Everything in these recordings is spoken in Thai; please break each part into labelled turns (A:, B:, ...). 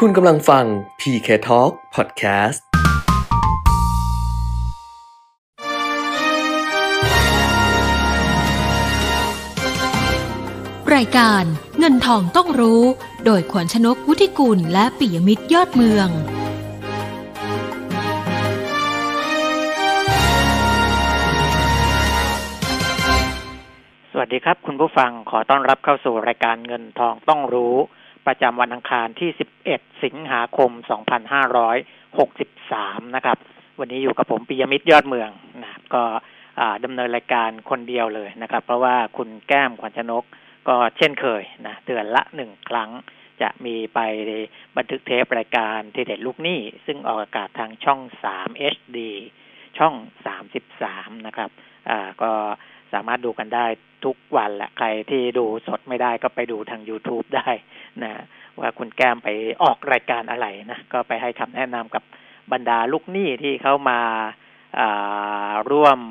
A: คุณกำลังฟัง PK Talk Podcast
B: รายการเงินทองต้องรู้โดยขวัญชนก วุฒิกุลและปิยมิตรยอดเมือง
C: สวัสดีครับคุณผู้ฟังขอต้อนรับเข้าสู่รายการเงินทองต้องรู้ประจำวันอังคารที่11สิงหาคม2563นะครับวันนี้อยู่กับผมปิยมิตรยอดเมืองนะก็ดำเนินรายการคนเดียวเลยนะครับเพราะว่าคุณแก้มขวัญชนกก็เช่นเคยนะเดือนละ1ครั้งจะมีไปบันทึกเทปรายการทีเด็ดลูกหนี้ซึ่งออกอากาศทางช่อง3 HD ช่อง33นะครับก็สามารถดูกันได้ทุกวันแหละใครที่ดูสดไม่ได้ก็ไปดูทาง YouTube ได้นะว่าคุณแก้มไปออกรายการอะไรนะก็ไปให้คำแนะนำกับบรรดาลูกหนี้ที่เขามาร่วม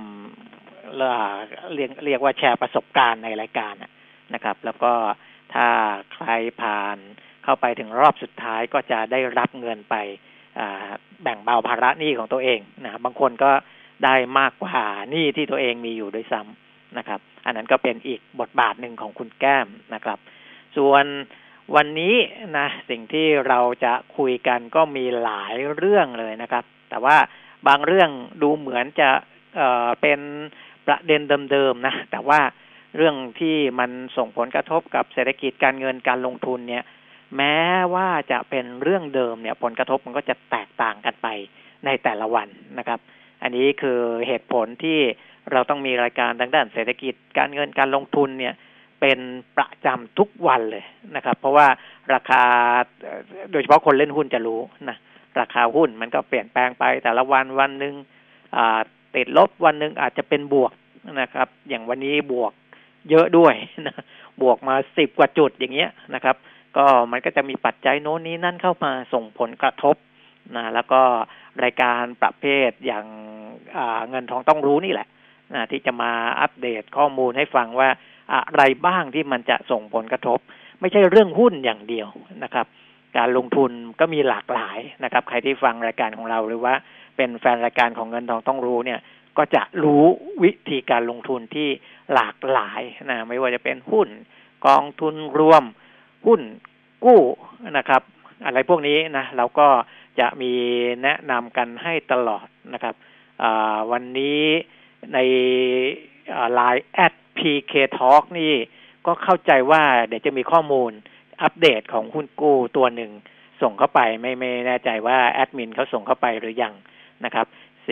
C: เรียกว่าแชร์ประสบการณ์ในรายการนะครับแล้วก็ถ้าใครผ่านเข้าไปถึงรอบสุดท้ายก็จะได้รับเงินไปแบ่งเบาภาระหนี้ของตัวเองนะบางคนก็ได้มากกว่าหนี้ที่ตัวเองมีอยู่ด้วยซ้ำนะครับอันนั้นก็เป็นอีกบทบาทหนึ่งของคุณแก้มนะครับส่วนวันนี้นะสิ่งที่เราจะคุยกันก็มีหลายเรื่องเลยนะครับแต่ว่าบางเรื่องดูเหมือนจะเป็นประเด็นเดิมๆนะแต่ว่าเรื่องที่มันส่งผลกระทบกับเศรษฐกิจการเงินการลงทุนเนี่ยแม้ว่าจะเป็นเรื่องเดิมเนี่ยผลกระทบมันก็จะแตกต่างกันไปในแต่ละวันนะครับอันนี้คือเหตุผลที่เราต้องมีรายการทางด้านเศรษฐกิจการเงินการลงทุนเนี่ยเป็นประจำทุกวันเลยนะครับเพราะว่าราคาโดยเฉพาะคนเล่นหุ้นจะรู้นะราคาหุ้นมันก็เปลี่ยนแปลงไปแต่ละวันวันนึงติดลบวันนึงอาจจะเป็นบวกนะครับอย่างวันนี้บวกเยอะด้วยนะบวกมา10กว่าจุดอย่างเงี้ยนะครับก็มันก็จะมีปัจจัยโน้นนี้นั่นเข้ามาส่งผลกระทบนะแล้วก็รายการประเภทอย่างเงินทองต้องรู้นี่แหละนะที่จะมาอัปเดตข้อมูลให้ฟังว่าอะไรบ้างที่มันจะส่งผลกระทบไม่ใช่เรื่องหุ้นอย่างเดียวนะครับการลงทุนก็มีหลากหลายนะครับใครที่ฟังรายการของเราหรือว่าเป็นแฟนรายการของเงินทองต้องรู้เนี่ยก็จะรู้วิธีการลงทุนที่หลากหลายนะไม่ว่าจะเป็นหุ้นกองทุนรวมหุ้นกู้นะครับอะไรพวกนี้นะเราก็จะมีแนะนำกันให้ตลอดนะครับวันนี้ในLINE @PK Talk นี่ก็เข้าใจว่าเดี๋ยวจะมีข้อมูลอัปเดตของหุ้นกู้ตัวหนึ่งส่งเข้าไปไม่แน่ใจว่าแอดมินเขาส่งเข้าไปหรือยังนะครับ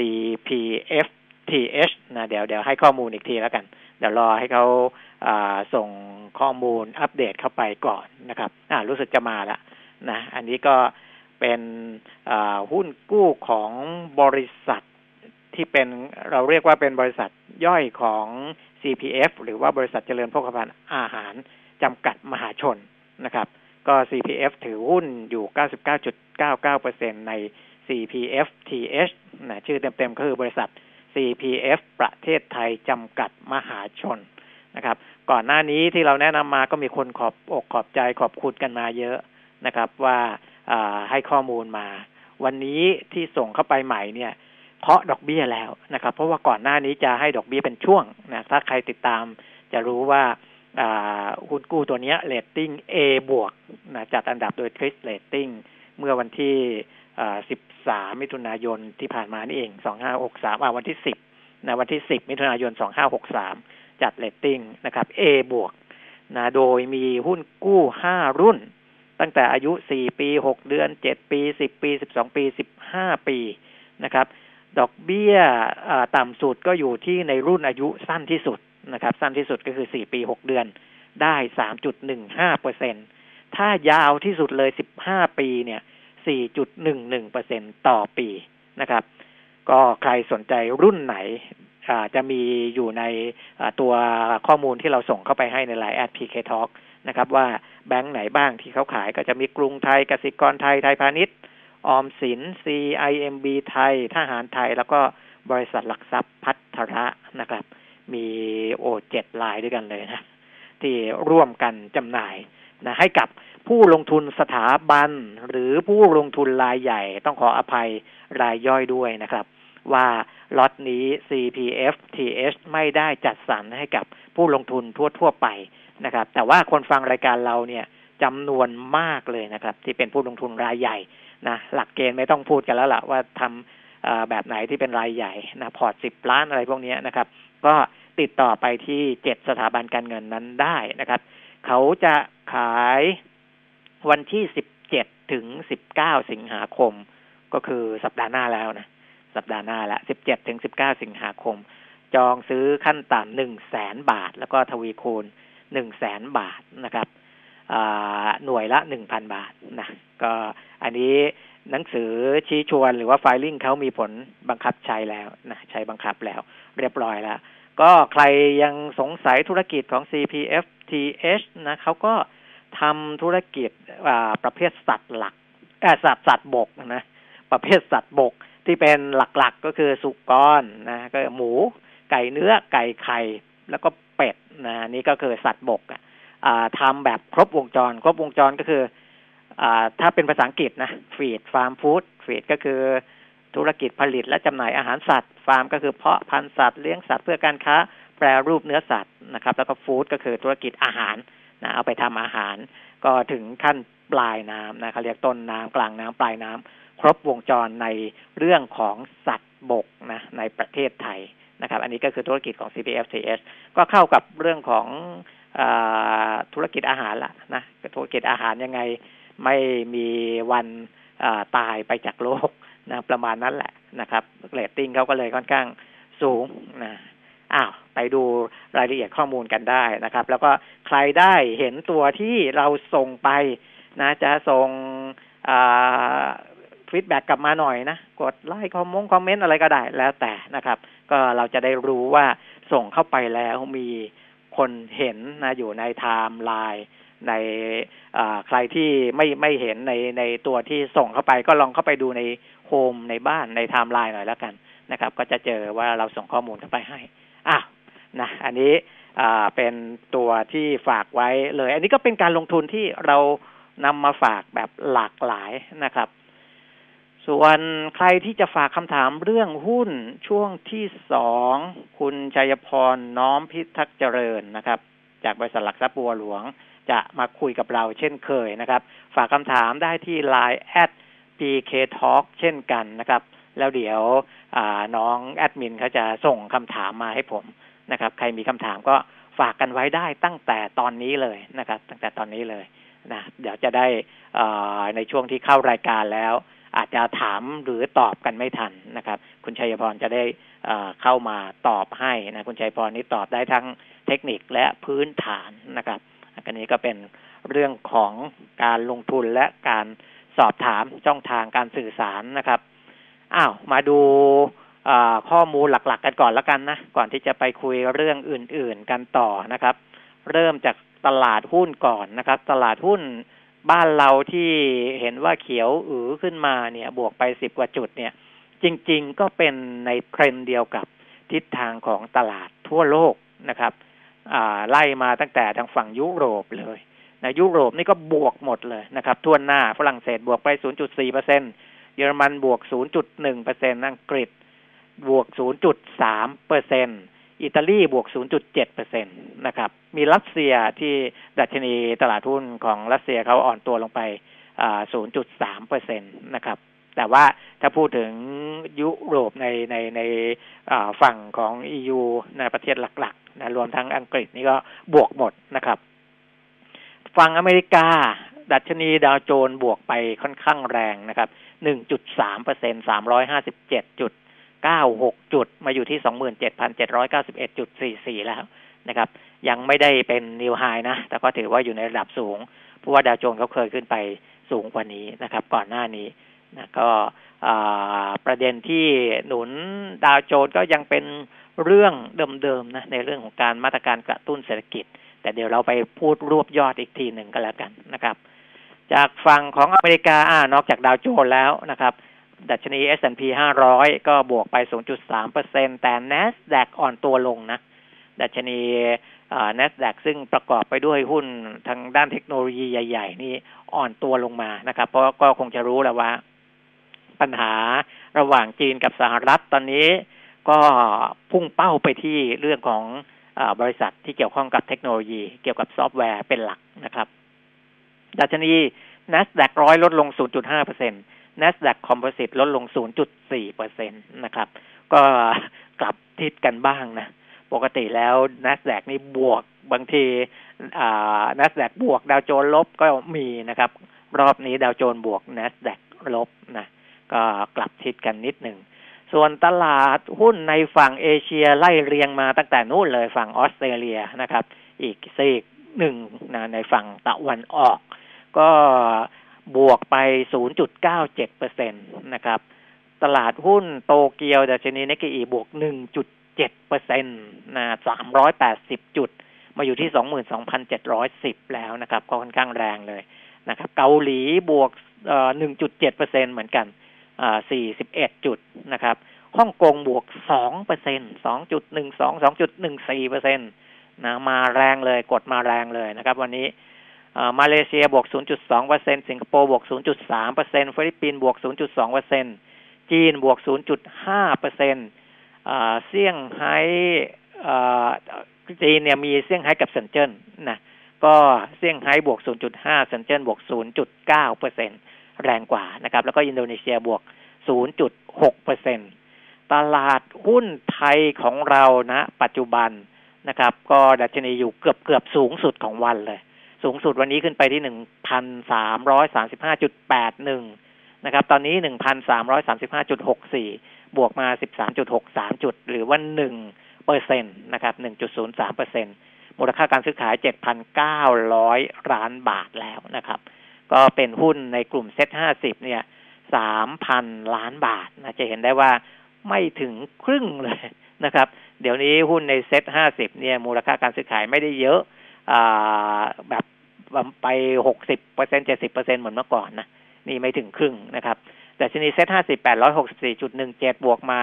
C: CPFTH นะเดี๋ยวให้ข้อมูลอีกทีแล้วกันเดี๋ยวรอให้เขาส่งข้อมูลอัปเดตเข้าไปก่อนนะครับรู้สึกจะมาแล้วนะอันนี้ก็เป็นหุ้นกู้ของบริษัทที่เป็นเราเรียกว่าเป็นบริษัทย่อยของ CPF หรือว่าบริษัทเจริญโภคภัณฑ์อาหารจำกัดมหาชนนะครับก็ CPF ถือหุ้นอยู่ 99.99% ใน CPFTH นะชื่อเต็มๆก็คือบริษัท CPF ประเทศไทยจำกัดมหาชนนะครับก่อนหน้านี้ที่เราแนะนำมาก็มีคนขอบอกขอบใจขอบคุณกันมาเยอะนะครับว่าให้ข้อมูลมาวันนี้ที่ส่งเข้าไปใหม่เนี่ยเคาะดอกเบี้ยแล้วนะครับเพราะว่าก่อนหน้านี้จะให้ดอกเบี้ยเป็นช่วงนะถ้าใครติดตามจะรู้ว่าหุ้นกู้ตัวนี้เรตติ้ง A บวกนะจัดอันดับโดย Twist Rating เมื่อวันที่13มิถุนายนที่ผ่านมานี่เอง2563วันที่10นะวันที่10มิถุนายน2563จัดเรตติ้งนะครับ A บวกนะโดยมีหุ้นกู้5รุ่นตั้งแต่อายุ4ปี6เดือน7ปี10ปี12ปี15ปีนะครับดอกเบี้ยต่ำสุดก็อยู่ที่ในรุ่นอายุสั้นที่สุดนะครับสั้นที่สุดก็คือ4ปี6เดือนได้ 3.15% ถ้ายาวที่สุดเลย15ปีเนี่ย 4.11% ต่อปีนะครับก็ใครสนใจรุ่นไหนจะมีอยู่ในตัวข้อมูลที่เราส่งเข้าไปให้ใน LINE @PK Talk นะครับว่าแบงค์ไหนบ้างที่เขาขายก็จะมีกรุงไทยกสิกรไทยไทยพาณิชย์ออมสิน CIMB ไทยทหารไทยแล้วก็บริษัทหลักทรัพย์พัฒระนะครับมี7รายด้วยกันเลยนะที่ร่วมกันจำหน่ายนะให้กับผู้ลงทุนสถาบันหรือผู้ลงทุนรายใหญ่ต้องขออภัยรายย่อยด้วยนะครับว่าล็อตนี้ CPF-TH ไม่ได้จัดสรรให้กับผู้ลงทุนทั่วๆไปนะครับแต่ว่าคนฟังรายการเราเนี่ยจำนวนมากเลยนะครับที่เป็นผู้ลงทุนรายใหญ่นะหลักเกณฑ์ไม่ต้องพูดกันแล้วล่ะว่าทำแบบไหนที่เป็นรายใหญ่นะพอร์ต10 ล้านอะไรพวกนี้นะครับก็ติดต่อไปที่7สถาบันการเงินนั้นได้นะครับเขาจะขายวันที่17ถึง19สิงหาคมก็คือสัปดาห์หน้าแล้วนะสัปดาห์หน้าละ17ถึง19สิงหาคมจองซื้อขั้นต่ำ 100,000 บาทแล้วก็ทวีคูณ 100,000 บาทนะครับหน่วยละ 1,000 บาทนะก็อันนี้หนังสือชี้ชวนหรือว่าไฟลิ่งเขามีผลบังคับใช้แล้วนะใช้บังคับแล้วเรียบร้อยแล้วก็ใครยังสงสัยธุรกิจของ CPF-TH นะเขาก็ทำธุรกิจประเภทสัตว์หลักสัตว์บกนะประเภทสัตว์บกที่เป็นหลักๆก็คือสุกรนะก็หมูไก่เนื้อไก่ไข่แล้วก็เป็ดนะนี่ก็คือสัตว์บกทำแบบครบวงจรก็คือถ้าเป็นภาษาอังกฤษนะฟีดฟาร์มฟู้ดฟีดก็คือธุรกิจผลิตและจำหน่ายอาหารสัตว์ฟาร์มก็คือเพาะพันธุ์สัตว์เลี้ยงสัตว์เพื่อการค้าแปรรูปเนื้อสัตว์นะครับแล้วก็ฟู้ดก็คือธุรกิจอาหารนะเอาไปทำอาหารก็ถึงขั้นปลายน้ำนะเขาเรียกต้นน้ำกลางน้ำปลายน้ำครบวงจรในเรื่องของสัตว์บกนะในประเทศไทยนะครับอันนี้ก็คือธุรกิจของ CPF-TH ก็เข้ากับเรื่องของธุรกิจอาหารละนะธุรกิจอาหารยังไงไม่มีวันตายไปจากโลกนะประมาณนั้นแหละนะครับเรตติ้งเขาก็เลยค่อนข้างสูงนะไปดูรายละเอียดข้อมูลกันได้นะครับแล้วก็ใครได้เห็นตัวที่เราส่งไปนะจะส่งฟีดแบ็กกลับมาหน่อยนะกดไลค์คอมเมนต์อะไรก็ได้แล้วแต่นะครับก็เราจะได้รู้ว่าส่งเข้าไปแล้วมีคนเห็นนะอยู่ในไทม์ไลน์ในใครที่ไม่เห็นในตัวที่ส่งเข้าไปก็ลองเข้าไปดูในโฮมในบ้านในไทม์ไลน์หน่อยแล้วกันนะครับก็จะเจอว่าเราส่งข้อมูลเข้าไปให้นะอันนี้เป็นตัวที่ฝากไว้เลยอันนี้ก็เป็นการลงทุนที่เรานำมาฝากแบบหลากหลายนะครับส่วนใครที่จะฝากคำถามเรื่องหุ้นช่วงที่2คุณชัยพรน้อมพิทักษ์เจริญนะครับจากบริษัทหลักทรัพย์บัวหลวงจะมาคุยกับเราเช่นเคยนะครับฝากคำถามได้ที่ LINE @PKTalk เช่นกันนะครับแล้วเดี๋ยวน้องแอดมินเขาจะส่งคำถามมาให้ผมนะครับใครมีคำถามก็ฝากกันไว้ได้ตั้งแต่ตอนนี้เลยนะครับตั้งแต่ตอนนี้เลยนะเดี๋ยวจะได้ในช่วงที่เข้ารายการแล้วอาจจะถามหรือตอบกันไม่ทันนะครับคุณชัยพรจะได้เข้ามาตอบให้นะคุณชัยพรนี่ตอบได้ทั้งเทคนิคและพื้นฐานนะครับอันนี้ก็เป็นเรื่องของการลงทุนและการสอบถามช่องทางการสื่อสารนะครับมาดูข้อมูลหลักๆกันก่อนแล้วกันนะก่อนที่จะไปคุยเรื่องอื่นๆกันต่อนะครับเริ่มจากตลาดหุ้นก่อนนะครับตลาดหุ้นบ้านเราที่เห็นว่าเขียวขึ้นมาเนี่ยบวกไป10กว่าจุดเนี่ยจริงๆก็เป็นในเทรนด์เดียวกับทิศทางของตลาดทั่วโลกนะครับไล่มาตั้งแต่ทางฝั่งยุโรปเลยนะยุโรปนี่ก็บวกหมดเลยนะครับทั่วหน้าฝรั่งเศสบวกไป 0.4% เยอรมันบวก 0.1% อังกฤษบวก 0.3% อิตาลีบวก 0.7% นะครับมีรัสเซียที่ดัชนีตลาดหุ้นของรัสเซียเขาอ่อนตัวลงไป0.3% นะครับแต่ว่าถ้าพูดถึงยุโรปในฝั่งของ EU ในประเทศหลักๆนะรวมทั้งอังกฤษนี่ก็บวกหมดนะครับฝั่งอเมริกาดัชนีดาวโจนส์บวกไปค่อนข้างแรงนะครับ 1.3% 357.96 จุดมาอยู่ที่ 27,791.44 แล้วนะครับยังไม่ได้เป็นนิวไฮนะแต่ก็ถือว่าอยู่ในระดับสูงเพราะว่าดาวโจนส์เขาเคยขึ้นไปสูงกว่านี้นะครับก่อนหน้านี้นะก็ประเด็นที่หนุนดาวโจนส์ก็ยังเป็นเรื่องเดิมๆนะในเรื่องของการมาตรการกระตุ้นเศรษฐกิจแต่เดี๋ยวเราไปพูดรวบยอดอีกทีหนึ่งก็แล้วกันนะครับจากฝั่งของอเมริกานอกจากดาวโจนส์แล้วนะครับดัชนี S&P 500ก็บวกไป 0.3% แต่ NASDAQ อ่อนตัวลงนะดัชนีNASDAQ ซึ่งประกอบไปด้วยหุ้นทางด้านเทคโนโลยีใหญ่ๆนี่อ่อนตัวลงมานะครับเพราะก็คงจะรู้แล้วว่าปัญหาระหว่างจีนกับสหรัฐตอนนี้ก็พุ่งเป้าไปที่เรื่องของบริษัทที่เกี่ยวข้องกับเทคโนโลยีเกี่ยวกับซอฟต์แวร์เป็นหลักนะครับดัชนี NASDAQ 100ลดลง 0.5% NASDAQ Composite ลดลง 0.4% นะครับก็กลับทิศกันบ้างนะปกติแล้ว NASDAQ นี่บวกบางทีNASDAQ บวกดาวโจนส์ลบก็มีนะครับรอบนี้ดาวโจนส์บวก NASDAQ ลบนะก็กลับทิศกันนิดหนึ่งส่วนตลาดหุ้นในฝั่งเอเชียไล่เรียงมาตั้งแต่นู้นเลยฝั่งออสเตรเลียนะครับอีกซีกหนึ่งนะในฝั่งตะวันออกก็บวกไป 0.97% นะครับตลาดหุ้นโตเกียวดัชนีนิกเกอิบวก 1.7% นะ380 จุดมาอยู่ที่ 22,710 แล้วนะครับก็ค่อนข้างแรงเลยนะครับเกาหลีบวก1.7% เหมือนกัน41 จุดนะครับฮ่องกงบวก 2% 2.12 2.14% นะมาแรงเลยกดมาแรงเลยนะครับวันนี้มาเลเซียบวก 0.2% สิงคโปร์บวก 0.3% ฟิลิปปินส์บวก 0.2% จีนบวก 0.5% เซี่ยงไฮ้จีนเนี่ยมีเซี่ยงไฮ้กับเซินเจิ้นนะก็เซี่ยงไฮ้บวก 0.5 เซินเจิ้นบวก 0.9% แรงกว่านะครับแล้วก็อินโดนีเซียบวก 0.6% ตลาดหุ้นไทยของเรานะปัจจุบันนะครับก็ดัชนีอยู่เกือบสูงสุดของวันเลยสูงสุดวันนี้ขึ้นไปที่ 1,335.81 นะครับตอนนี้ 1,335.64 บวกมา 13.63 จุดหรือว่า 1% นะครับ 1.03% มูลค่าการซื้อขาย 7,900 ล้านบาทแล้วนะครับก็เป็นหุ้นในกลุ่มเซ็ต50เนี่ย 3,000 ล้านบาทนะจะเห็นได้ว่าไม่ถึงครึ่งเลยนะครับเดี๋ยวนี้หุ้นในเซ็ต50เนี่ยมูลค่าการซื้อขายไม่ได้เยอะแบบไป 60% 70% เหมือนเมื่อก่อนนะนี่ไม่ถึงครึ่งนะครับแต่ชนีเซ็ต50 864.17 บวกมา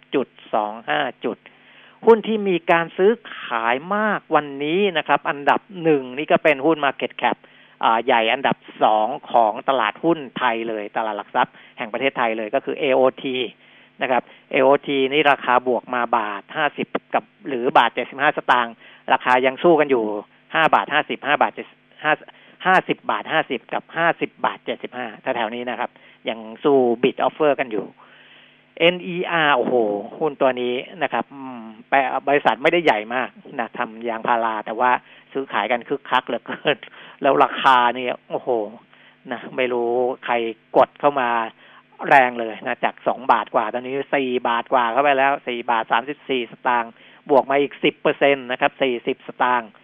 C: 10.25 จุดหุ้นที่มีการซื้อขายมากวันนี้นะครับอันดับ1นี่ก็เป็นหุ้น Market Cap ใหญ่อันดับ2ของตลาดหุ้นไทยเลยตลาดหลักทรัพย์แห่งประเทศไทยเลยก็คือ AOT นะครับ AOT นี่ราคาบวกมาบาท50กับหรือบาท75สตางค์ราคายังสู้กันอยู่5บาท50 5บาท50บาท50กับ50บาท75แถวๆนี้นะครับยังสู้ bid offer กันอยู่ NER โอ้โหหุ้นตัวนี้นะครับบริษัทไม่ได้ใหญ่มากนะทำยางพาราแต่ว่าซื้อขายกันคึกคักเหลือเกินแล้วราคานี่โอ้โหนะไม่รู้ใครกดเข้ามาแรงเลยนะจาก2บาทกว่าตอนนี้4บาทกว่าเข้าไปแล้ว4บาท34สตางค์บวกมาอีก 10% นะครับ40สตางค์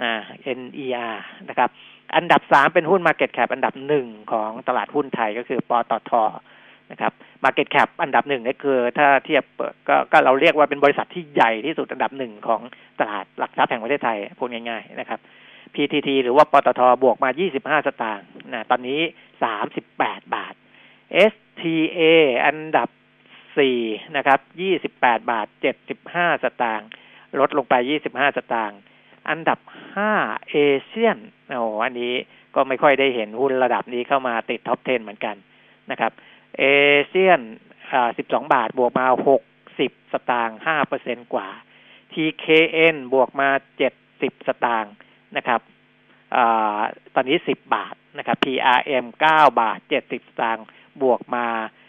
C: NER นะครับอันดับ3เป็นหุ้น Market Cap อันดับ1ของตลาดหุ้นไทยก็คือปตท.นะครับ Market Cap อันดับ1นี่คือถ้าเทียบก็เราเรียกว่าเป็นบริษัทที่ใหญ่ที่สุดอันดับ1ของตลาดหลักทรัพย์แห่งประเทศไทยพูดง่ายๆนะครับ PTT หรือว่าปตท.บวกมา25สตางค์นะตอนนี้38บาท STA อันดับ4นะครับ28บาท75สตางค์ลดลงไป25สตางค์อันดับ5เอเชียนอันนี้ก็ไม่ค่อยได้เห็นหุ้นระดับนี้เข้ามาติดท็อป10เหมือนกันนะครับเอเชียน12บาทบวกมา60สตางค์ 5% กว่า TKN บวกมา70สตางค์นะครับตอนนี้10บาทนะครับ PRM 9บาท70สตางค์บวกมา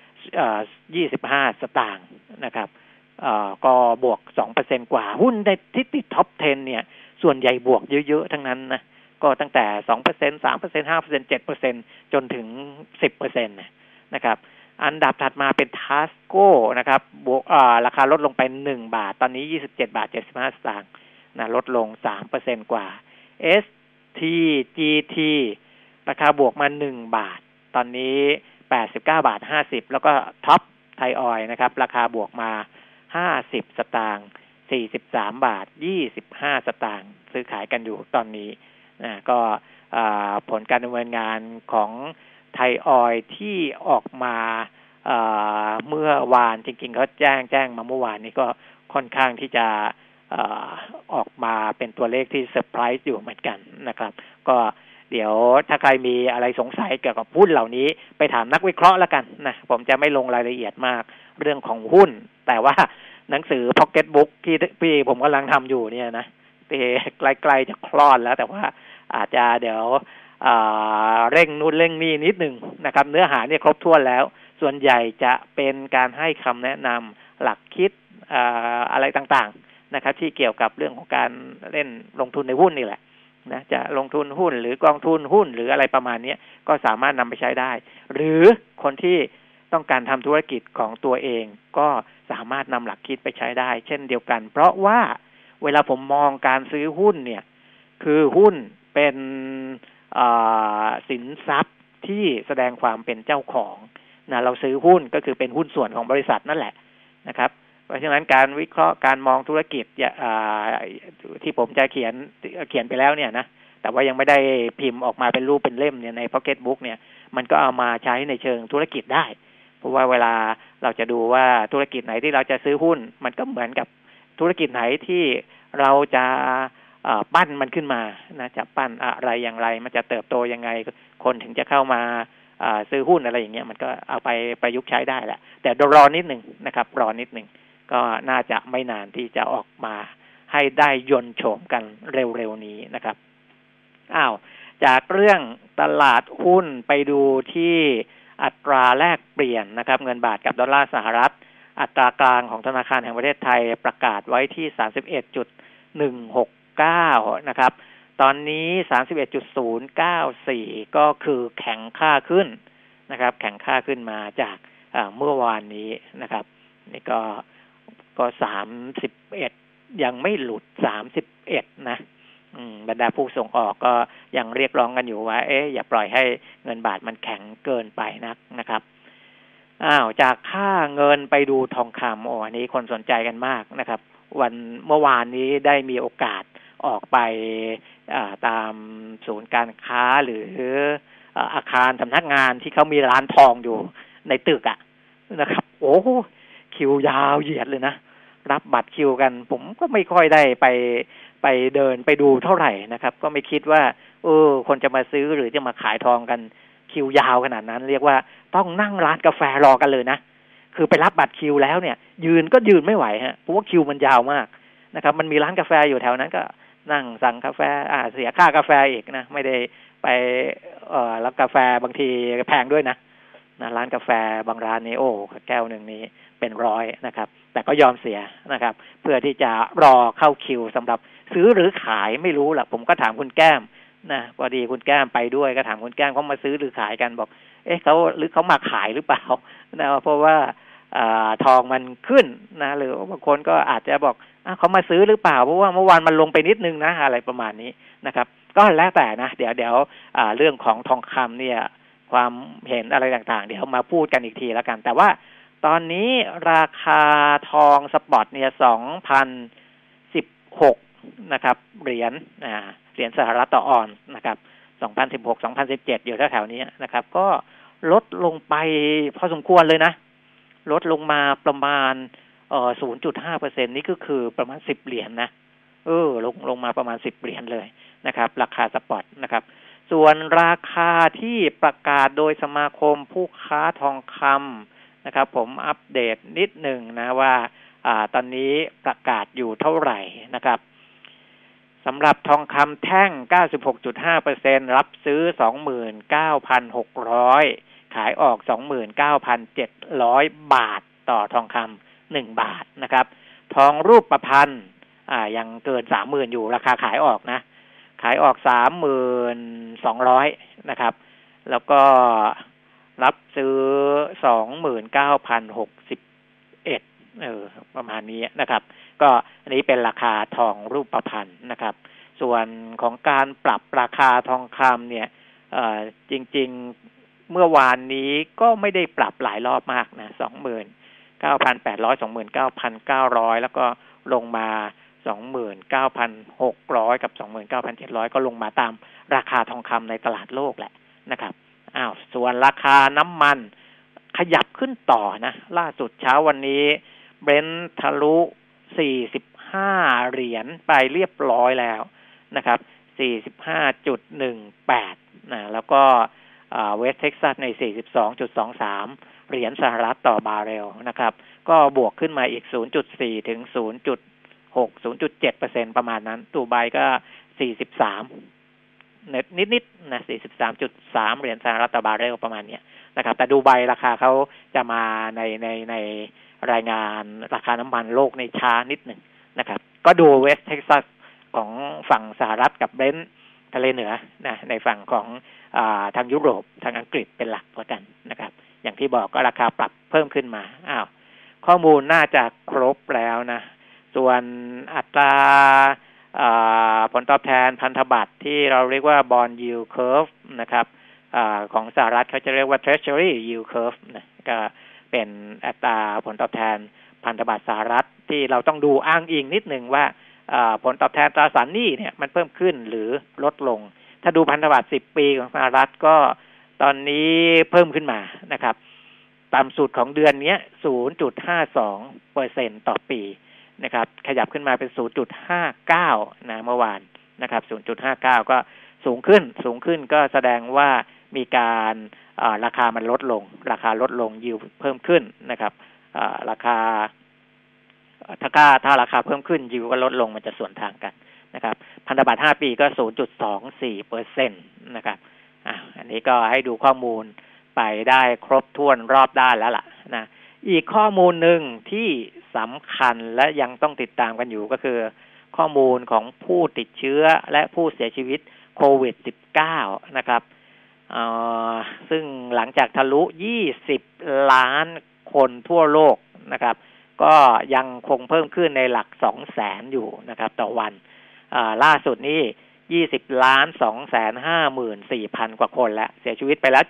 C: 25สตางค์นะครับก็บวก 2% กว่าหุ้นในที่ติดท็อป10เนี่ยส่วนใหญ่บวกเยอะๆทั้งนั้นนะก็ตั้งแต่ 2% 3% 5% 7% จนถึง 10% นะครับอันดับถัดมาเป็น Tasco นะครับบวกราคาลดลงไป1บาทตอนนี้27บาท75สตางค์นะลดลง 3% กว่า STGT ราคาบวกมา1บาทตอนนี้89บาท50แล้วก็ท็อปไทยออยล์นะครับราคาบวกมา50สตางค์43บาท25สตางค์ซื้อขายกันอยู่ตอนนี้ก็ผลการดำเนินงานของไทยออยล์ที่ออกมาเมื่อวานจริงๆเขาแจ้งมาเมื่อวานนี้ก็ค่อนข้างที่จะออกมาเป็นตัวเลขที่เซอร์ไพรส์อยู่เหมือนกันนะครับก็เดี๋ยวถ้าใครมีอะไรสงสัยเกี่ยวกับหุ้นเหล่านี้ไปถามนักวิเคราะห์แล้วกันนะผมจะไม่ลงรายละเอียดมากเรื่องของหุ้นแต่ว่าหนังสือ Pocket Book ที่ผมกำลังทำอยู่เนี่ยนะใกล้ๆจะคลอดแล้วแต่ว่าอาจจะเดี๋ยวเร่งนู่นเร่งนี่นิดนึงนะครับเนื้อหาเนี่ยครบถ้วนแล้วส่วนใหญ่จะเป็นการให้คำแนะนำหลักคิดอะไรต่างๆนะครับที่เกี่ยวกับเรื่องของการเล่นลงทุนในหุ้นนี่แหละนะจะลงทุนหุ้นหรือกองทุนหุ้นหรืออะไรประมาณนี้ก็สามารถนำไปใช้ได้หรือคนที่ต้องการทำธุรกิจของตัวเองก็สามารถนำหลักคิดไปใช้ได้เช่นเดียวกันเพราะว่าเวลาผมมองการซื้อหุ้นเนี่ยคือหุ้นเป็นสินทรัพย์ที่แสดงความเป็นเจ้าของนะเราซื้อหุ้นก็คือเป็นหุ้นส่วนของบริษัทนั่นแหละนะครับเพราะฉะนั้นการวิเคราะห์การมองธุรกิจที่ผมจะเขียนไปแล้วเนี่ยนะแต่ว่ายังไม่ได้พิมพ์ออกมาเป็นรูปเป็นเล่มเนี่ยใน Pocket Book เนี่ยมันก็เอามาใช้ในเชิงธุรกิจได้เพราะว่าเวลาเราจะดูว่าธุรกิจไหนที่เราจะซื้อหุ้นมันก็เหมือนกับธุรกิจไหนที่เราจะปั้นมันขึ้นมานะจะปั้นอะไรอย่างไรมันจะเติบโตยังไงคนถึงจะเข้ามาซื้อหุ้นอะไรอย่างเงี้ยมันก็เอาไปประยุกต์ใช้ได้แหละแต่รอนิดนึงนะครับรอนิดนึงก็น่าจะไม่นานที่จะออกมาให้ได้ยนต์โฉมกันเร็วๆนี้นะครับจากเรื่องตลาดหุ้นไปดูที่อัตราแลกเปลี่ยนนะครับเงินบาทกับดอลลาร์สหรัฐอัตรากลางของธนาคารแห่งประเทศไทยประกาศไว้ที่ 31.169 นะครับตอนนี้ 31.094 ก็คือแข็งค่าขึ้นนะครับแข็งค่าขึ้นมาจากเมื่อวานนี้นะครับนี่ก็31ยังไม่หลุด31นะบรรดาผู้ส่งออกก็ยังเรียกร้องกันอยู่ว่าอย่าปล่อยให้เงินบาทมันแข็งเกินไปนะครับจากค่าเงินไปดูทองคำอันนี้คนสนใจกันมากนะครับเมื่อวานนี้ได้มีโอกาสออกไปตามศูนย์การค้าหรืออาคารสำนักงานที่เขามีร้านทองอยู่ในตึกนะครับคิวยาวเหยียดเลยนะรับบัตรคิวกันผมก็ไม่ค่อยได้ไปเดินไปดูเท่าไหร่นะครับก็ไม่คิดว่าคนจะมาซื้อหรือจะมาขายทองกันคิวยาวขนาดนั้นเรียกว่าต้องนั่งร้านกาแฟรอกันเลยนะคือไปรับบัตรคิวแล้วเนี่ยยืนไม่ไหวฮะเพราะว่าคิวมันยาวมากนะครับมันมีร้านกาแฟอยู่แถวนั้นก็นั่งสั่งกาแฟเสียค่ากาแฟอีกนะไม่ได้ไปรับกาแฟบางทีแพงด้วยนะร้านกาแฟบางร้านนี้แก้วหนึ่งนี้เป็น100นะครับแต่ก็ยอมเสียนะครับเพื่อที่จะรอเข้าคิวสำหรับซื้อหรือขายไม่รู้ล่ะผมก็ถามคุณแก้มนะพอดีคุณแก้มไปด้วยก็ถามคุณแก้มเขามาซื้อหรือขายกันบอกเขามาขายหรือเปล่านะเพราะว่าทองมันขึ้นนะหรือบางคนก็อาจจะบอกเขามาซื้อหรือเปล่าเพราะว่าเมื่อวานมันลงไปนิดนึงนะอะไรประมาณนี้นะครับก็แล้วแต่นะเดี๋ยวเรื่องของทองคำเนี่ยความเห็นอะไรต่างๆเดี๋ยวมาพูดกันอีกทีแล้วกันแต่ว่าตอนนี้ราคาทองสปอตเนี่ย2,016นะครับเหรียญสหรัฐต่อออนนะครับ2016 2017อยู่แถวๆนี้นะครับก็ลดลงไปพอสมควรเลยนะลดลงมาประมาณ0.5% นี่ก็คือประมาณ10เหรียญนะลงมาประมาณ10เหรียญเลยนะครับราคาสปอตนะครับส่วนราคาที่ประกาศโดยสมาคมผู้ค้าทองคำนะครับผมอัปเดตนิดหนึ่งนะว่าตอนนี้ประกาศอยู่เท่าไหร่นะครับสำหรับทองคำแท่ง 96.5% รับซื้อ 29,600 ขายออก 29,700 บาทต่อทองคำ1บาทนะครับทองรูปพรรณยังเกิน 30,000 อยู่ราคาขายออกนะขายออก 3,200 นะครับแล้วก็รับซื้อ 29,061 ประมาณนี้นะครับก็อันนี้เป็นราคาทองรูปพรรณนะครับส่วนของการปรับราคาทองคำเนี่ยจริงๆเมื่อวานนี้ก็ไม่ได้ปรับหลายรอบมากนะ 29,800 29,900 แล้วก็ลงมา 29,600 กับ 29,700 ก็ลงมาตามราคาทองคำในตลาดโลกแหละนะครับส่วนราคาน้ำมันขยับขึ้นต่อนะล่าสุดเช้าวันนี้เบรนท์ทะลุ 45เหรียญไปเรียบร้อยแล้วนะครับ 45.18 นะแล้วก็เวสต์เท็กซัสใน 42.23 เหรียญสหรัฐต่อบาร์เรลนะครับก็บวกขึ้นมาอีก 0.4 ถึง 0.6 0.7% ประมาณนั้นดูไบก็ 43นิดๆนะ 43.3 เหรียญสหรัฐต่อบาร์เรลประมาณเนี้ยนะครับแต่ดูไบราคาเขาจะมาในรายงานราคาน้ำมันโลกในช้านิดหนึ่งนะครับก็ดูเวสต์เท็กซัสของฝั่งสหรัฐกับเบรนท์ทะเลเหนือนะในฝั่งของทางยุโรปทางอังกฤษเป็นหลักกว่ากันนะครับอย่างที่บอกก็ราคาปรับเพิ่มขึ้นมาข้อมูลน่าจะครบแล้วนะส่วนอัตราผลตอบแทนพันธบัตรที่เราเรียกว่า bond yield curve นะครับของสหรัฐเขาจะเรียกว่า treasury yield curve นะก็เป็นอัตราผลตอบแทนพันธบัตรสหรัฐที่เราต้องดูอ้างอิงนิดนึงว่าผลตอบแทนตราสารหนี้เนี่ยมันเพิ่มขึ้นหรือลดลงถ้าดูพันธบัตร10 ปีของสหรัฐก็ตอนนี้เพิ่มขึ้นมานะครับต่ำสุดของเดือนนี้ 0.52% ต่อปีนะครับขยับขึ้นมาเป็น 0.59 นะเมื่อวานนะครับ 0.59 ก็สูงขึ้นก็แสดงว่ามีการราคามันลดลงยิวเพิ่มขึ้นนะครับราคาถ้าราคาเพิ่มขึ้นยิวก็ลดลงมันจะส่วนทางกันนะครับพันธบัตร5 ปีก็ 0.24% นะครับอันนี้ก็ให้ดูข้อมูลไปได้ครบถ้วนรอบด้านแล้วล่ะนะอีกข้อมูลหนึ่งที่สำคัญและยังต้องติดตามกันอยู่ก็คือข้อมูลของผู้ติดเชื้อและผู้เสียชีวิตโควิด -19 นะครับซึ่งหลังจากทะลุ20 ล้านคนทั่วโลกนะครับก็ยังคงเพิ่มขึ้นในหลัก 200,000 อยู่นะครับต่อวันล่าสุดนี้20,254,000 กว่าคนแล้วเสียชีวิตไปแล้ว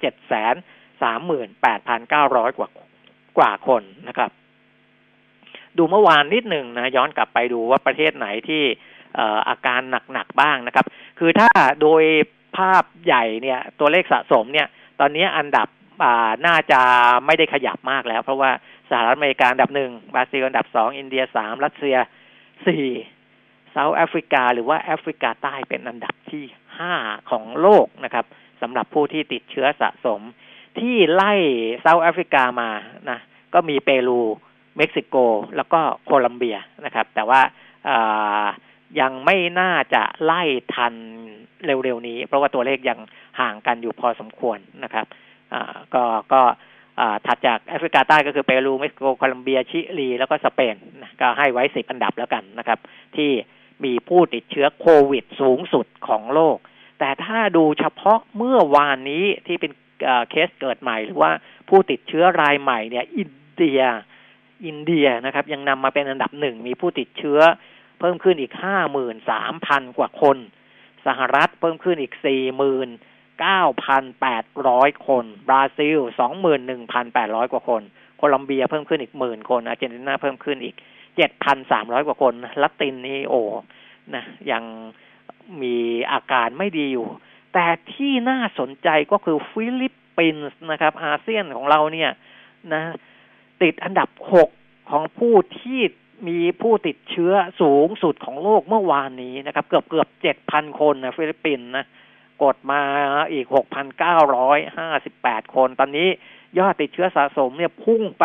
C: 738,900 กว่าคนนะครับดูเมื่อวานนิดหนึ่งนะย้อนกลับไปดูว่าประเทศไหนที่อาการหนักๆบ้างนะครับคือถ้าโดยภาพใหญ่เนี่ยตัวเลขสะสมเนี่ยตอนนี้อันดับน่าจะไม่ได้ขยับมากแล้วเพราะว่าสหรัฐอเมริกาอันดับ1บราซิลอันดับ2อินเดีย3รัสเซีย4เซาท์แอฟริกาหรือว่าแอฟริกาใต้เป็นอันดับที่5ของโลกนะครับสำหรับผู้ที่ติดเชื้อสะสมที่ไล่เซาท์แอฟริกามานะก็มีเปรูเม็กซิโกแล้วก็โคลัมเบียนะครับแต่ว่ายังไม่น่าจะไล่ทันเร็วๆนี้เพราะว่าตัวเลขยังห่างกันอยู่พอสมควรนะครับก็ถัดจากแอฟริกาใต้ก็คือเปรูเม็กซิโกโคลัมเบียชิลีแล้วก็สเปนนะก็ให้ไว้10 อันดับแล้วกันนะครับที่มีผู้ติดเชื้อโควิดสูงสุดของโลกแต่ถ้าดูเฉพาะเมื่อวานนี้ที่เป็นเคสเกิดใหม่หรือว่าผู้ติดเชื้อรายใหม่เนี่ยอินเดียนะครับยังนำมาเป็นอันดับ1มีผู้ติดเชื้อเพิ่มขึ้นอีก 53,000 กว่าคนสหรัฐเพิ่มขึ้นอีก 49,800 คนบราซิล 21,800 กว่าคนโคลอมเบียเพิ่มขึ้นอีก 10,000 คนอาร์เจนตินาเพิ่มขึ้นอีก 7,300 กว่าคนละตินนี่นะยังมีอาการไม่ดีอยู่แต่ที่น่าสนใจก็คือฟิลิปปินส์นะครับอาเซียนของเราเนี่ยนะติดอันดับ6ของผู้ที่มีผู้ติดเชื้อสูงสุดของโลกเมื่อวานนี้นะครับเกือบ 7,000 คนนะฟิลิปปินส์นะกดมาอีก 6,958 คนตอนนี้ยอดติดเชื้อสะสมเนี่ยพุ่งไป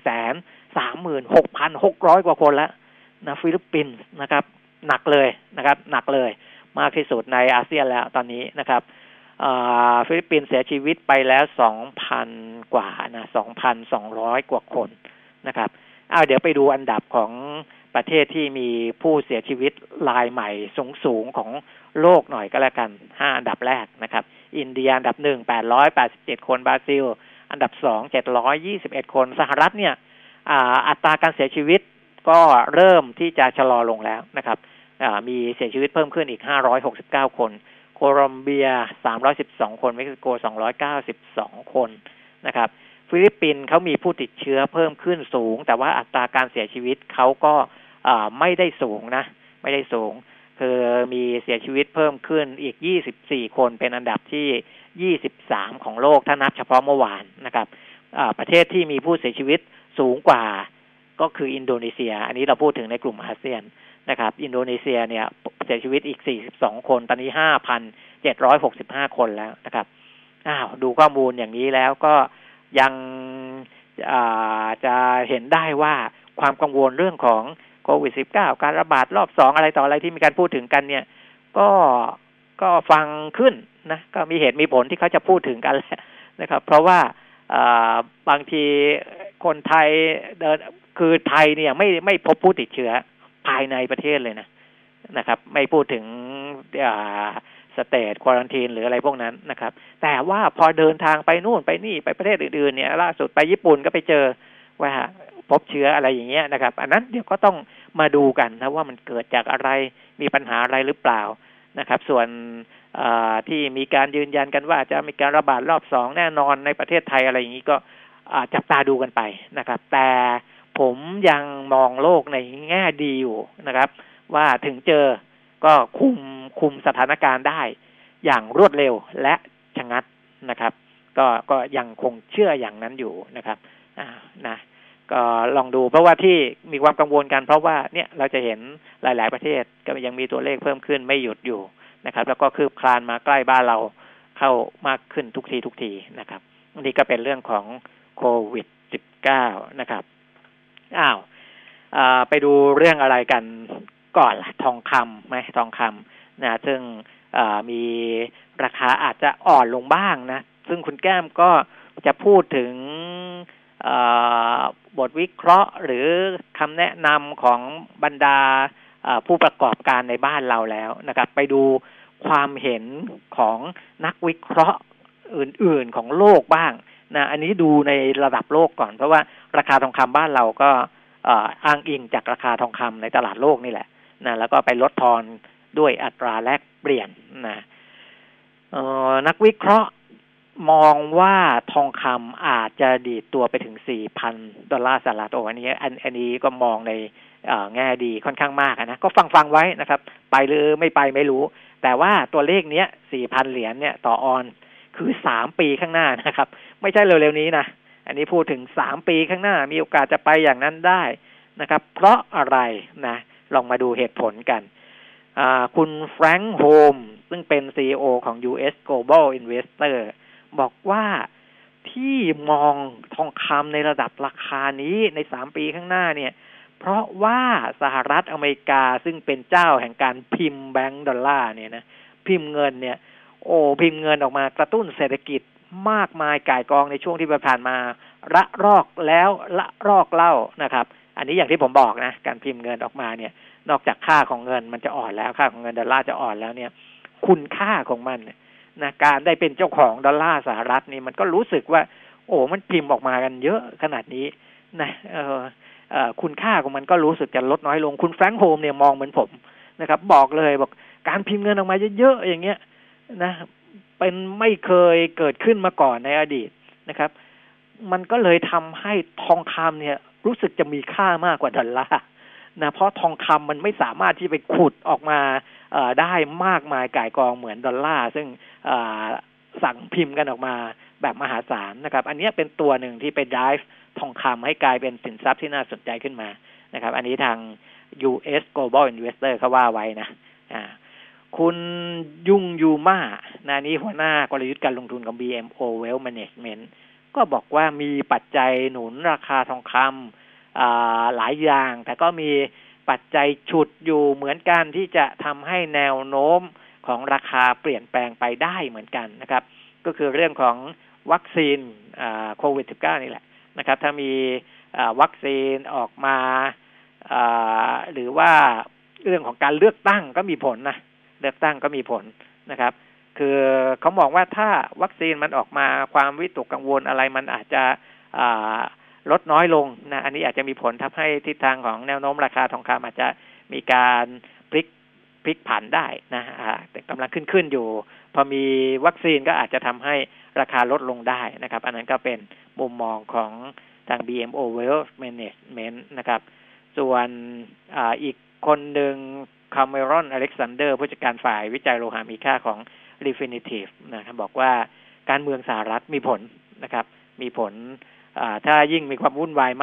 C: 136,600 กว่าคนแล้วนะฟิลิปปินส์นะครับหนักเลยมากที่สุดในอาเซียนแล้วตอนนี้นะครับฟิลิปปินส์เสียชีวิตไปแล้ว 2,000 กว่านะ 2,200 กว่าคนนะครับเดี๋ยวไปดูอันดับของประเทศที่มีผู้เสียชีวิตรายใหม่สูงของโลกหน่อยก็แล้วกัน5อันดับแรกนะครับอินเดียอันดับ1 887 คนบราซิลอันดับ2 721 คนสหรัฐเนี่ยอัตราการเสียชีวิตก็เริ่มที่จะชะลอลงแล้วนะครับมีเสียชีวิตเพิ่มขึ้นอีก569คนโคลอมเบีย312คนเม็กซิโก292คนนะครับฟิลิปปินส์เขามีผู้ติดเชื้อเพิ่มขึ้นสูงแต่ว่าอัตราการเสียชีวิตเขาก็ไม่ได้สูงคือมีเสียชีวิตเพิ่มขึ้นอีก24คนเป็นอันดับที่23ของโลกถ้านับเฉพาะเมื่อวานนะครับประเทศที่มีผู้เสียชีวิตสูงกว่าก็คืออินโดนีเซียอันนี้เราพูดถึงในกลุ่มอาเซียนนะครับอินโดนีเซียเนี่ยเสียชีวิตอีก42คนตอนนี้ 5,765 คนแล้วนะครับดูข้อมูลอย่างนี้แล้วก็ยังจะเห็นได้ว่าความกังวลเรื่องของโควิด -19 การระบาดรอบ2อะไรต่ออะไรที่มีการพูดถึงกันเนี่ยก็ฟังขึ้นนะก็มีเหตุมีผลที่เขาจะพูดถึงกันแล้วนะครับเพราะว่าบางทีคนไทยคือไทยเนี่ยไม่พบผู้ติดเชื้อภายในประเทศเลยนะครับไม่พูดถึงสเตทควอรันทีนหรืออะไรพวกนั้นนะครับแต่ว่าพอเดินทางไปนู่นไปนี่ไปประเทศอื่นๆเนี่ยล่าสุดไปญี่ปุ่นก็ไปเจอว่าพบเชื้ออะไรอย่างเงี้ยนะครับอันนั้นเดี๋ยวก็ต้องมาดูกันนะว่ามันเกิดจากอะไรมีปัญหาอะไรหรือเปล่านะครับส่วนที่มีการยืนยันกันว่าจะมีการระบาดรอบ2แน่นอนในประเทศไทยอะไรอย่างนี้ก็จับตาดูกันไปนะครับแต่ผมยังมองโลกในแง่ดีอยู่นะครับว่าถึงเจอก็คุมสถานการณ์ได้อย่างรวดเร็วและชะงัดนะครับก็ยังคงเชื่ออย่างนั้นอยู่นะครับนะก็ลองดูเพราะว่าที่มีความกังวลกันเพราะว่าเนี่ยเราจะเห็นหลายๆประเทศก็ยังมีตัวเลขเพิ่มขึ้นไม่หยุดอยู่นะครับแล้วก็คืบคลานมาใกล้บ้านเราเข้ามากขึ้นทุกทีนะครับนี่ก็เป็นเรื่องของโควิด -19 นะครับไปดูเรื่องอะไรกันก่อนล่ะทองคำไหมทองคำนะซึ่งมีราคาอาจจะอ่อนลงบ้างนะซึ่งคุณแก้มก็จะพูดถึงบทวิเคราะห์หรือคำแนะนำของบรรดาผู้ประกอบการในบ้านเราแล้วนะครับไปดูความเห็นของนักวิเคราะห์อื่นๆของโลกบ้างนะอันนี้ดูในระดับโลกก่อนเพราะว่าราคาทองคำบ้านเราก็อ้างอิงจากราคาทองคำในตลาดโลกนี่แหละนะแล้วก็ไปลดทอนด้วยอัตราแลกเปลี่ยนนะนักวิเคราะห์มองว่าทองคำอาจจะดีดตัวไปถึง $4,000 สหรัฐอันนี้ก็มองในแง่ดีค่อนข้างมากนะก็ฟังไว้นะครับไปหรือไม่ไปไม่รู้แต่ว่าตัวเลขเนี้ย 4,000 เหรียญเนี่ยต่อออนคือ3ปีข้างหน้านะครับไม่ใช่เร็วๆนี้นะอันนี้พูดถึง3ปีข้างหน้ามีโอกาสจะไปอย่างนั้นได้นะครับเพราะอะไรนะลองมาดูเหตุผลกันคุณแฟรงค์โฮมซึ่งเป็น CEO ของ US Global Investor บอกว่าที่มองทองคำในระดับราคานี้ใน3ปีข้างหน้าเนี่ยเพราะว่าสหรัฐอเมริกาซึ่งเป็นเจ้าแห่งการพิมพ์แบงก์ดอลลาร์เนี่ยนะพิมพ์เงินเนี่ยพิมพ์เงินออกมากระตุ้นเศรษฐกิจมากมายก่ายกองในช่วงที่ผ่านมาระลอกแล้วละลอกเล่านะครับอันนี้อย่างที่ผมบอกนะการพิมพ์เงินออกมาเนี่ยนอกจากค่าของเงินมันจะอ่อนแล้วค่าของเงินดอลลาร์จะอ่อนแล้วเนี่ยคุณค่าของมันนะการได้เป็นเจ้าของดอลลาร์สหรัฐนี่มันก็รู้สึกว่ามันพิมพ์ออกมากันเยอะขนาดนี้นะคุณค่าของมันก็รู้สึกจะลดน้อยลงคุณแฟรงค์โฮมเนี่ยมองเหมือนผมนะครับบอกเลยบอกการพิมพ์เงินออกมาเยอะๆอย่างเงี้ยนะเป็นไม่เคยเกิดขึ้นมาก่อนในอดีตนะครับมันก็เลยทำให้ทองคำเนี่ยรู้สึกจะมีค่ามากกว่าดอลลาร์นะเพราะทองคำมันไม่สามารถที่ไปขุดออกมาได้มากมายก่ายกองเหมือนดอลลาร์ซึ่งสั่งพิมพ์กันออกมาแบบมหาศาลนะครับอันนี้เป็นตัวหนึ่งที่ไป drive ทองคำให้กลายเป็นสินทรัพย์ที่น่าสนใจขึ้นมานะครับอันนี้ทาง US Global Investor เขาว่าไว้นะคุณยุงยูมานี่หัวหน้ากลยุทธ์การลงทุนของ BMO Wealth Management ก็บอกว่ามีปัจจัยหนุนราคาทองคำหลายอย่างแต่ก็มีปัจจัยฉุดอยู่เหมือนกันที่จะทำให้แนวโน้มของราคาเปลี่ยนแปลงไปได้เหมือนกันนะครับก็คือเรื่องของวัคซีนโควิด -19 นี่แหละนะครับถ้ามีวัคซีนออกมาหรือว่าเรื่องของการเลือกตั้งก็มีผลนะเลือกตั้งก็มีผลนะครับคือเขามองว่าถ้าวัคซีนมันออกมาความวิตกกังวลอะไรมันอาจจะลดน้อยลงนะอันนี้อาจจะมีผลทำให้ทิศทางของแนวโน้มราคาทองคำอาจจะมีการพลิกผันได้นะแต่กำลังขึ้นอยู่พอมีวัคซีนก็อาจจะทำให้ราคาลดลงได้นะครับอันนั้นก็เป็นมุมมองของทาง BMO Wealth Management นะครับส่วนอีกคนหนึ่งคาเมรอนอเล็กซานเดอร์ผู้จัดการฝ่ายวิจัยโลหะมีค่าของ Refinitiv นะครับบอกว่าการเมืองสหรัฐมีผลนะครับมีผลถ้ายิ่งมีความวุ่นวายมาก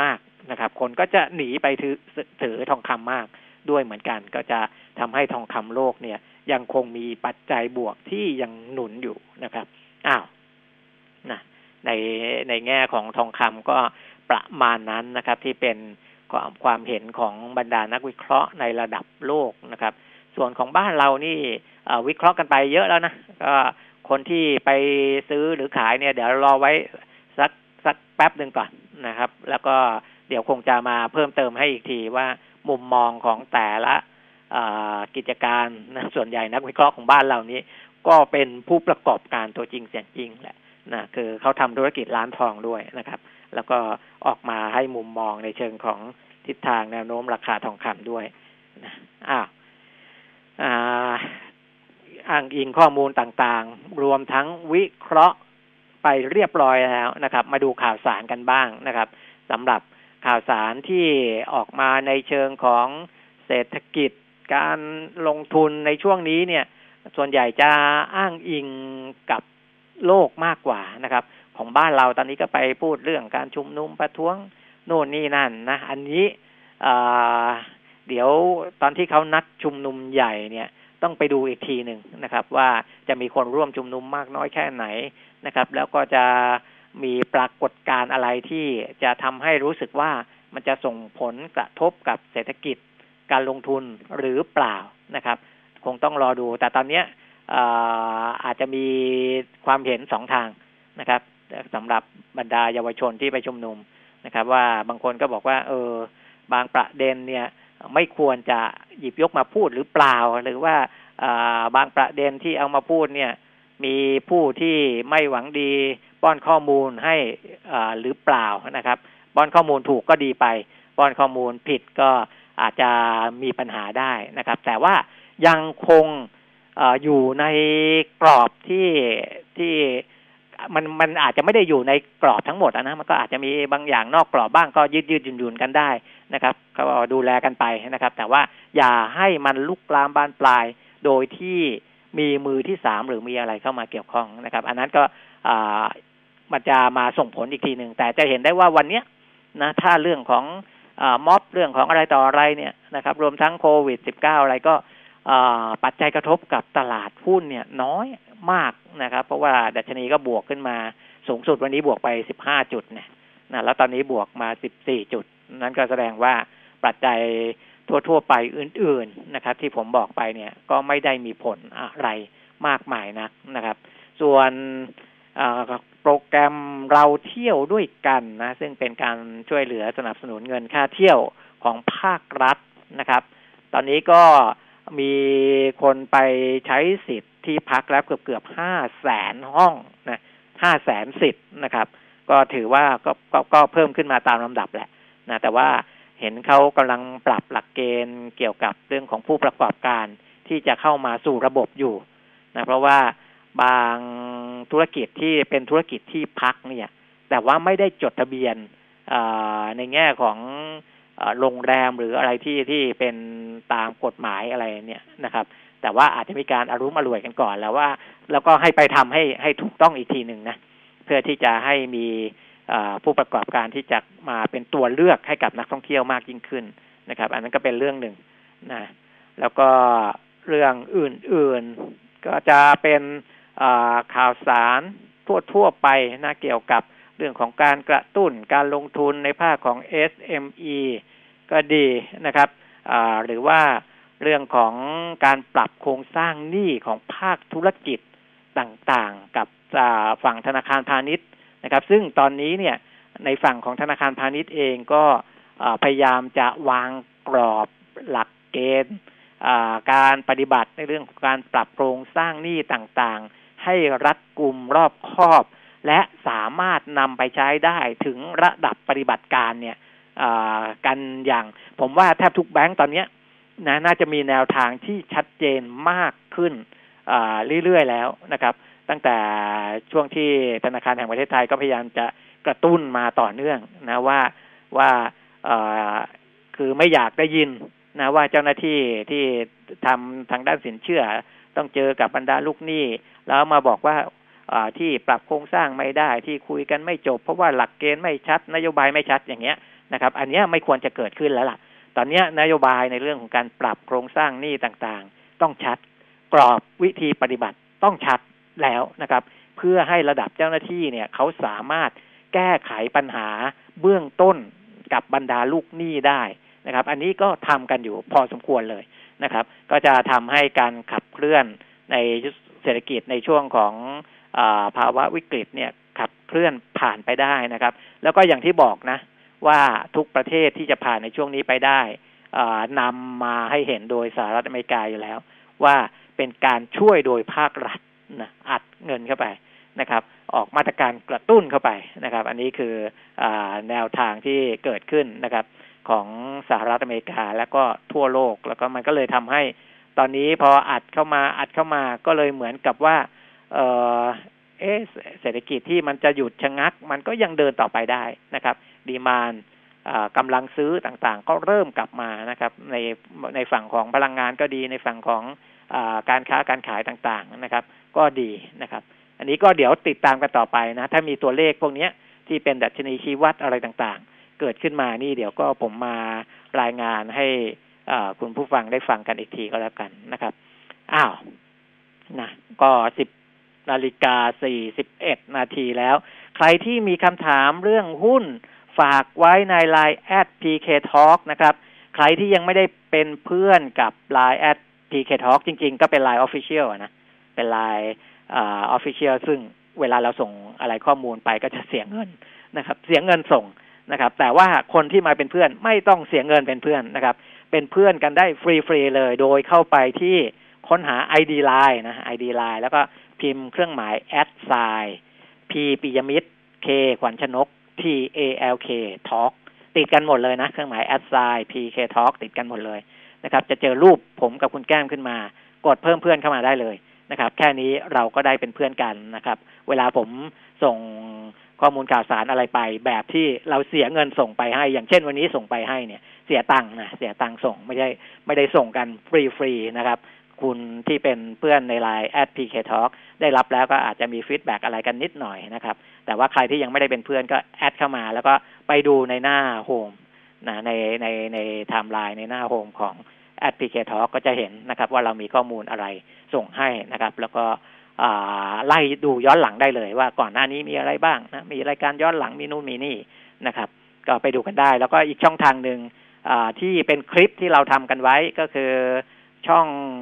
C: นะครับคนก็จะหนีไปถือทองคำมากด้วยเหมือนกันก็จะทำให้ทองคำโลกเนี่ยยังคงมีปัจจัยบวกที่ยังหนุนอยู่นะครับนะในแง่ของทองคำก็ประมาณนั้นนะครับที่เป็นความเห็นของบรรดานักวิเคราะห์ในระดับโลกนะครับส่วนของบ้านเรานี่วิเคราะห์กันไปเยอะแล้วนะก็คนที่ไปซื้อหรือขายเนี่ยเดี๋ยวรอไว้สักแป๊บนึงก่อนนะครับแล้วก็เดี๋ยวคงจะมาเพิ่มเติมให้อีกทีว่ามุมมองของแต่ละกิจการนะส่วนใหญ่นักวิเคราะห์ของบ้านเรานี้ก็เป็นผู้ประกอบการตัวจริงเสียงจริงแหละนะคือเขาทำธุรกิจร้านทองด้วยนะครับแล้วก็ออกมาให้มุมมองในเชิงของทิศทางแนวโน้มราคาทองคำด้วยนะอ้างอิงข้อมูลต่างๆรวมทั้งวิเคราะห์ไปเรียบร้อยแล้วนะครับมาดูข่าวสารกันบ้างนะครับสำหรับข่าวสารที่ออกมาในเชิงของเศรษฐกิจการลงทุนในช่วงนี้เนี่ยส่วนใหญ่จะอ้างอิงกับโลกมากกว่านะครับของบ้านเราตอนนี้ก็ไปพูดเรื่องการชุมนุมประท้วงโน่นนี่นั่นนะอันนี้เดี๋ยวตอนที่เขานัดชุมนุมใหญ่เนี่ยต้องไปดูอีกทีหนึ่งนะครับว่าจะมีคนร่วมชุมนุมมากน้อยแค่ไหนนะครับแล้วก็จะมีปรากฏการณ์อะไรที่จะทำให้รู้สึกว่ามันจะส่งผลกระทบกับเศรษฐกิจการลงทุนหรือเปล่านะครับคงต้องรอดูแต่ตอนนี้อาจจะมีความเห็นสองทางนะครับสำหรับบรรดาเยาวชนที่ไปชุมนุมนะครับว่าบางคนก็บอกว่าบางประเด็นเนี่ยไม่ควรจะหยิบยกมาพูดหรือเปล่าหรือว่าบางประเด็นที่เอามาพูดเนี่ยมีผู้ที่ไม่หวังดีป้อนข้อมูลให้หรือเปล่านะครับป้อนข้อมูลถูกก็ดีไปป้อนข้อมูลผิดก็อาจจะมีปัญหาได้นะครับแต่ว่ายังคงอยู่ในกรอบที่มันอาจจะไม่ได้อยู่ในกรอบทั้งหมดนะมันก็อาจจะมีบางอย่างนอกกรอบบ้างก็ยืดหยุ่นกันได้นะครับก็ดูแลกันไปนะครับแต่ว่าอย่าให้มันลุกลามบานปลายโดยที่มีมือที่สามหรือมีอะไรเข้ามาเกี่ยวข้องนะครับอันนั้นก็มันจะมาส่งผลอีกทีหนึ่งแต่จะเห็นได้ว่าวันนี้นะถ้าเรื่องของม็อบเรื่องของอะไรต่ออะไรเนี่ยนะครับรวมทั้งโควิด-19 อะไรก็ปัจจัยกระทบกับตลาดหุ้นเนี่ยน้อยมากนะครับเพราะว่าดัชนีก็บวกขึ้นมาสูงสุดวันนี้บวกไป15จุดนะแล้วตอนนี้บวกมา14จุดนั้นก็แสดงว่าปัจจัยทั่วๆไปอื่นๆนะครับที่ผมบอกไปเนี่ยก็ไม่ได้มีผลอะไรมากมายนักนะครับส่วนโปรแกรมเราเที่ยวด้วยกันนะซึ่งเป็นการช่วยเหลือสนับสนุนเงินค่าเที่ยวของภาครัฐนะครับตอนนี้ก็มีคนไปใช้สิทธิ์ที่พักแล้วเกือบ 500,000 ห้องนะ 500,000 สิทธิ์นะครับก็ถือว่าก็เพิ่มขึ้นมาตามลำดับแหละนะแต่ว่าเห็นเขากำลังปรับหลักเกณฑ์เกี่ยวกับเรื่องของผู้ประกอบการที่จะเข้ามาสู่ระบบอยู่นะเพราะว่าบางธุรกิจที่เป็นธุรกิจที่พักเนี่ยแต่ว่าไม่ได้จดทะเบียนในแง่ของโรงแรมหรืออะไรที่เป็นตามกฎหมายอะไรเนี่ยนะครับแต่ว่าอาจจะมีการอรุมอร่วยกันก่อนแล้วก็ให้ไปทำให้ถูกต้องอีกทีหนึ่งนะเพื่อที่จะให้มีผู้ประกอบการที่จะมาเป็นตัวเลือกให้กับนักท่องเที่ยวมากยิ่งขึ้นนะครับอันนั้นก็เป็นเรื่องหนึ่งนะแล้วก็เรื่องอื่นๆก็จะเป็นข่าวสารทั่วไปนะเกี่ยวกับเรื่องของการกระตุ้นการลงทุนในภาคของ SME ก็ดีนะครับหรือว่าเรื่องของการปรับโครงสร้างหนี้ของภาคธุรกิจต่างๆกับฝั่งธนาคารพาณิชย์นะครับซึ่งตอนนี้เนี่ยในฝั่งของธนาคารพาณิชย์เองก็พยายามจะวางกรอบหลักเกณฑ์การปฏิบัติในเรื่องของการปรับโครงสร้างหนี้ต่างๆให้รัดกุมรอบคอบและสามารถนำไปใช้ได้ถึงระดับปฏิบัติการเนี่ยกันอย่างผมว่าแทบทุกแบงก์ตอนนี้นะน่าจะมีแนวทางที่ชัดเจนมากขึ้นเรื่อยๆแล้วนะครับตั้งแต่ช่วงที่ธนาคารแห่งประเทศไทยก็พยายามจะกระตุ้นมาต่อเนื่องนะว่าคือไม่อยากได้ยินนะว่าเจ้าหน้าที่ที่ทำทางด้านสินเชื่อต้องเจอกับบรรดาลูกหนี้แล้วมาบอกว่าที่ปรับโครงสร้างไม่ได้ที่คุยกันไม่จบเพราะว่าหลักเกณฑ์ไม่ชัดนโยบายไม่ชัดอย่างเงี้ยนะครับอันนี้ไม่ควรจะเกิดขึ้นแล้วล่ะตอนนี้นโยบายในเรื่องของการปรับโครงสร้างหนี้ต่างๆต้องชัดกรอบวิธีปฏิบัติต้องชัดแล้วนะครับเพื่อให้ระดับเจ้าหน้าที่เนี่ยเขาสามารถแก้ไขปัญหาเบื้องต้นกับบรรดาลูกหนี้ได้นะครับอันนี้ก็ทำกันอยู่พอสมควรเลยนะครับก็จะทำให้การขับเคลื่อนในเศรษฐกิจในช่วงของภาวะวิกฤตเนี่ยขับเคลื่อนผ่านไปได้นะครับแล้วก็อย่างที่บอกนะว่าทุกประเทศที่จะผ่านในช่วงนี้ไปได้นำมาให้เห็นโดยสหรัฐอเมริกาอยู่แล้วว่าเป็นการช่วยโดยภาครัฐนะอัดเงินเข้าไปนะครับออกมาตรการกระตุ้นเข้าไปนะครับอันนี้คือแนวทางที่เกิดขึ้นนะครับของสหรัฐอเมริกาและก็ทั่วโลกแล้วก็มันก็เลยทำให้ตอนนี้พออัดเข้ามาก็เลยเหมือนกับว่าเศรษฐกิจที่มันจะหยุดชะงักมันก็ยังเดินต่อไปได้นะครับดีมานด์กำลังซื้อต่างๆก็เริ่มกลับมานะครับในฝั่งของพลังงานก็ดีในฝั่งของการค้าการขายต่างๆนะครับก็ดีนะครับอันนี้ก็เดี๋ยวติดตามกันต่อไปนะถ้ามีตัวเลขพวกนี้ที่เป็นดัชนีชี้วัดอะไรต่างๆเกิดขึ้นมานี่เดี๋ยวก็ผมมารายงานให้คุณผู้ฟังได้ฟังกันอีกทีก็แล้วกันนะครับนะก็10:41 นาทีแล้วใครที่มีคำถามเรื่องหุ้นฝากไว้ใน LINE @PKTalk นะครับใครที่ยังไม่ได้เป็นเพื่อนกับ LINE @PKTalk จริงๆก็เป็น LINE Official นะเป็น LINE Official ซึ่งเวลาเราส่งอะไรข้อมูลไปก็จะเสียเงินนะครับเสียเงินส่งนะครับแต่ว่าคนที่มาเป็นเพื่อนไม่ต้องเสียเงินเป็นเพื่อนนะครับเป็นเพื่อนกันได้ฟรีๆเลยโดยเข้าไปที่ค้นหา ID Line นะ ID Line แล้วก็พิมพ์เครื่องหมาย @P ปิยมิตร K ขวัญชนก TALK Talk ติดกันหมดเลยนะเครื่องหมาย @PK Talk ติดกันหมดเลยนะครับจะเจอรูปผมกับคุณแก้มขึ้นมากดเพิ่มเพื่อนเข้ามาได้เลยนะครับแค่นี้เราก็ได้เป็นเพื่อนกันนะครับเวลาผมส่งข้อมูลข่าวสารอะไรไปแบบที่เราเสียเงินส่งไปให้อย่างเช่นวันนี้ส่งไปให้เนี่ยเสียตังค์ส่งไม่ได้ส่งกันฟรีๆนะครับคุณที่เป็นเพื่อนใน LINE @PKTalk ได้รับแล้วก็อาจจะมีฟีดแบ็กอะไรกันนิดหน่อยนะครับแต่ว่าใครที่ยังไม่ได้เป็นเพื่อนก็แอดเข้ามาแล้วก็ไปดูในหน้าโฮมนะในไทม์ไลน์ในหน้าโฮมของ @PKTalk ก็จะเห็นนะครับว่าเรามีข้อมูลอะไรส่งให้นะครับแล้วก็ไล่ดูย้อนหลังได้เลยว่าก่อนหน้านี้มีอะไรบ้างนะมีรายการย้อนหลังมีนู่นมีนี่นะครับก็ไปดูกันได้แล้วก็อีกช่องทางนึงที่เป็นคลิปที่เราทำกันไว้ก็คือช่อง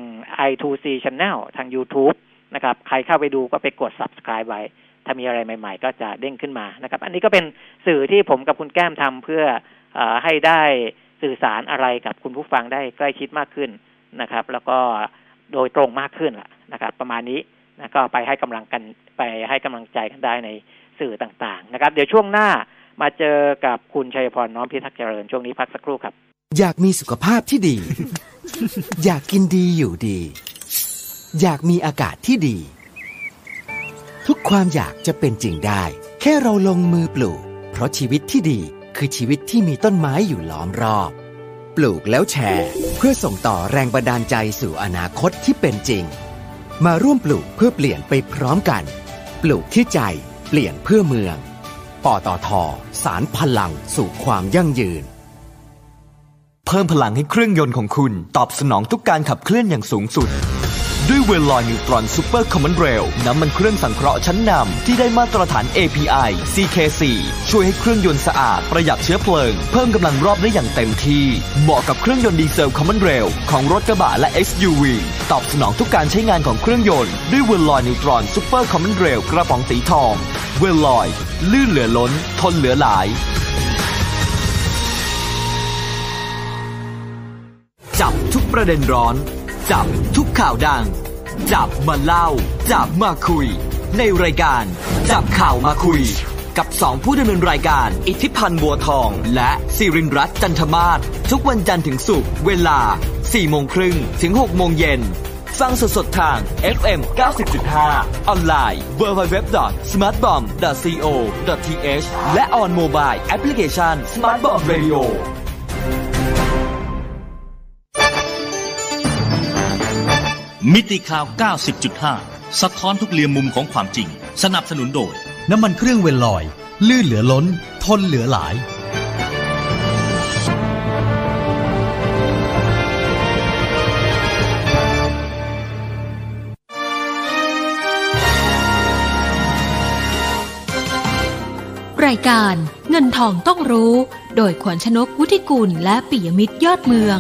C: i2c Channel ทาง YouTube นะครับใครเข้าไปดูก็ไปกด Subscribe ไว้ถ้ามีอะไรใหม่ๆก็จะเด้งขึ้นมานะครับอันนี้ก็เป็นสื่อที่ผมกับคุณแก้มทำเพื่อให้ได้สื่อสารอะไรกับคุณผู้ฟังได้ใกล้ชิดมากขึ้นนะครับแล้วก็โดยตรงมากขึ้นล่ะนะครับประมาณนี้นะก็ไปให้กำลังใจกันได้ในสื่อต่างๆนะครับเดี๋ยวช่วงหน้ามาเจอกับคุณชัยพรน้อมพิทักษ์เจริญช่วงนี้พักสักครู่ครับ
D: อยากมีสุขภาพที่ดี อยากกินดีอยู่ดีอยากมีอากาศที่ดีทุกความอยากจะเป็นจริงได้แค่เราลงมือปลูกเพราะชีวิตที่ดีคือชีวิตที่มีต้นไม้อยู่ล้อมรอบปลูกแล้วแชร์เพื่อส่งต่อแรงบันดาลใจสู่อนาคตที่เป็นจริงมาร่วมปลูกเพื่อเปลี่ยนไปพร้อมกันปลูกที่ใจเปลี่ยนเพื่อเมืองปตท.สานพลังสู่ความยั่งยืน
E: เพิ่มพลังให้เครื่องยนต์ของคุณตอบสนองทุกการขับเคลื่อนอย่างสูงสุดด้วยเวลลอยนิวตรอนซูเปอร์คอมมอนเรลน้ำมันเครื่องสังเคราะห์ชั้นนำที่ได้มาตรฐาน API CK4 ช่วยให้เครื่องยนต์สะอาดประหยัดเชื้อเพลิงเพิ่มกำลังรอบได้อย่างเต็มที่เหมาะกับเครื่องยนต์ดีเซลคอมมอนเรลของรถกระบะและ SUV ตอบสนองทุกการใช้งานของเครื่องยนต์ด้วยเวลลอยนิวตรอนซูเปอร์คอมมอนเรลกระป๋องสีทองเวลลอยลื่นเหลือล้นทนเหลือหลายจับทุกประเด็นร้อนจับทุกข่าวดังจับมาเล่าจับมาคุยในรายการจับข่าวมาคุยกับ2ผู้ดำเนินรายการอิทธิพันธ์บัวทองและศิรินทร์รัตน์จันทมาศทุกวันจันทร์ถึงศุกร์เวลา 4:30 ถึง 6:00 นฟังสดๆทาง FM 90.5 ออนไลน์ www.smartbomb.co.th และ on mobile application Smart Bomb Radio
F: มิติข่าว 90.5 สะท้อนทุกเหลี่ยมมุมของความจริงสนับสนุนโดย
G: น้ำมันเครื่องเวลลอยลื่นเหลือล้นทนเหลือหลาย
B: รายการเงินทองต้องรู้โดยขวัญชนกวุฒิกุลและปิยมิตรยอดเมือง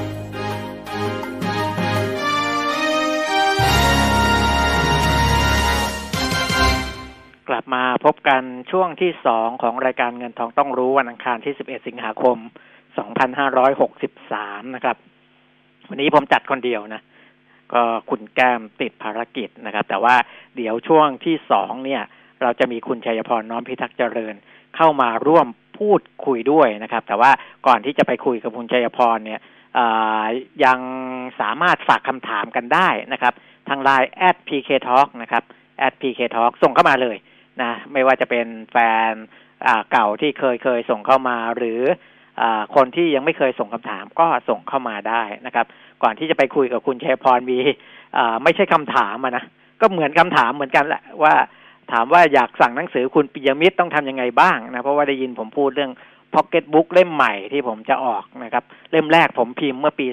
C: กลับมาพบกันช่วงที่2ของรายการเงินทองต้องรู้วันอังคารที่11สิงหาคม2563นะครับวันนี้ผมจัดคนเดียวนะก็คุณแก้มติดภารกิจนะครับแต่ว่าเดี๋ยวช่วงที่2เนี่ยเราจะมีคุณชัยพรน้อมพิทักษ์เจริญเข้ามาร่วมพูดคุยด้วยนะครับแต่ว่าก่อนที่จะไปคุยกับคุณชัยพรเนี่ยยังสามารถฝากคำถามกันได้นะครับทาง LINE @pktalk นะครับ@pktalk ส่งเข้ามาเลยนะไม่ว่าจะเป็นแฟนเก่าที่เคยส่งเข้ามาหรือคนที่ยังไม่เคยส่งคำถามก็ส่งเข้ามาได้นะครับก่อนที่จะไปคุยกับคุณชัยพรมีไม่ใช่คำถามนะก็เหมือนคำถามเหมือนกันแหละว่าถามว่าอยากสั่งหนังสือคุณปิยมิตรต้องทำยังไงบ้างนะเพราะว่าได้ยินผมพูดเรื่อง Pocket Book เล่มใหม่ที่ผมจะออกนะครับเล่มแรกผมพิมพ์เมื่อปี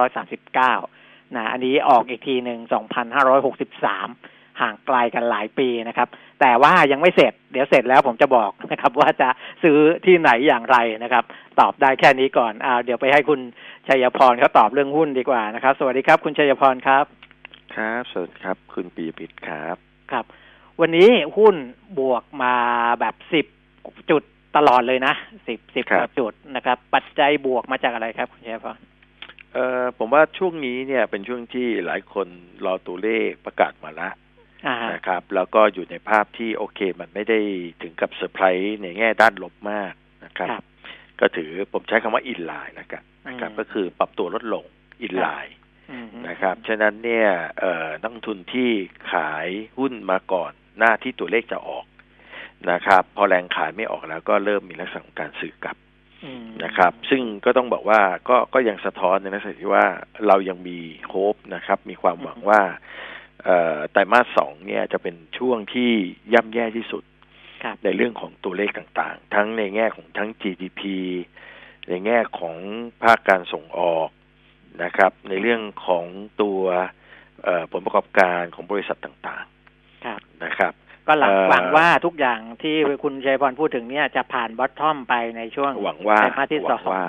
C: 2539นะอันนี้ออกอีกทีนึง2563ห่างไกลกันหลายปีนะครับแต่ว่ายังไม่เสร็จเดี๋ยวเสร็จแล้วผมจะบอกนะครับว่าจะซื้อที่ไหนอย่างไรนะครับตอบได้แค่นี้ก่อนเดี๋ยวไปให้คุณชัยพรเขาตอบเรื่องหุ้นดีกว่านะครับสวัสดีครับคุณชัยพรครับ
G: ครับสวัสดีครับคุณปิยมิตรครับ
C: ครับวันนี้หุ้นบวกมาแบบ10จุดตลอดเลยนะ10กว่าจุดนะครับปัจจัยบวกมาจากอะไรครับคุณชัยพร
G: ผมว่าช่วงนี้เนี่ยเป็นช่วงที่หลายคนรอตัวเลขประกาศมาแล้วนะครับแล้วก็อยู่ในภาพที่โอเคมันไม่ได้ถึงกับเซอร์ไพรส์ในแง่ด้านลบมากนะครับก็ถือผมใช้คำว่าอินไลน์นะครับก็คือปรับตัวลดลงอินไลน์นะครับฉะนั้นเนี่ยนักลงทุนที่ขายหุ้นมาก่อนหน้าที่ตัวเลขจะออกนะครับพอแรงขายไม่ออกแล้วก็เริ่มมีลักษณะของการซื้อกลับนะครับซึ่งก็ต้องบอกว่าก็ยังสะท้อนในลักษณะที่ว่าเรายังมีโฮปนะครับมีความหวังว่าไตรมาส2เนี่ยจะเป็นช่วงที่ย่ำแย่ที่สุดในเรื่องของตัวเลขต่างๆทั้งในแง่ของทั้ง GDP ในแง่ของภาคการส่งออกนะครับในเรื่องของตัวผลประกอบการของบริษัทต่างๆนะครับ
C: ก็หวังว่าทุกอย่างที่คุณชัยพรพูดถึงเนี่ยจะผ่านบอททอมไปในช่วงไตรมาสที่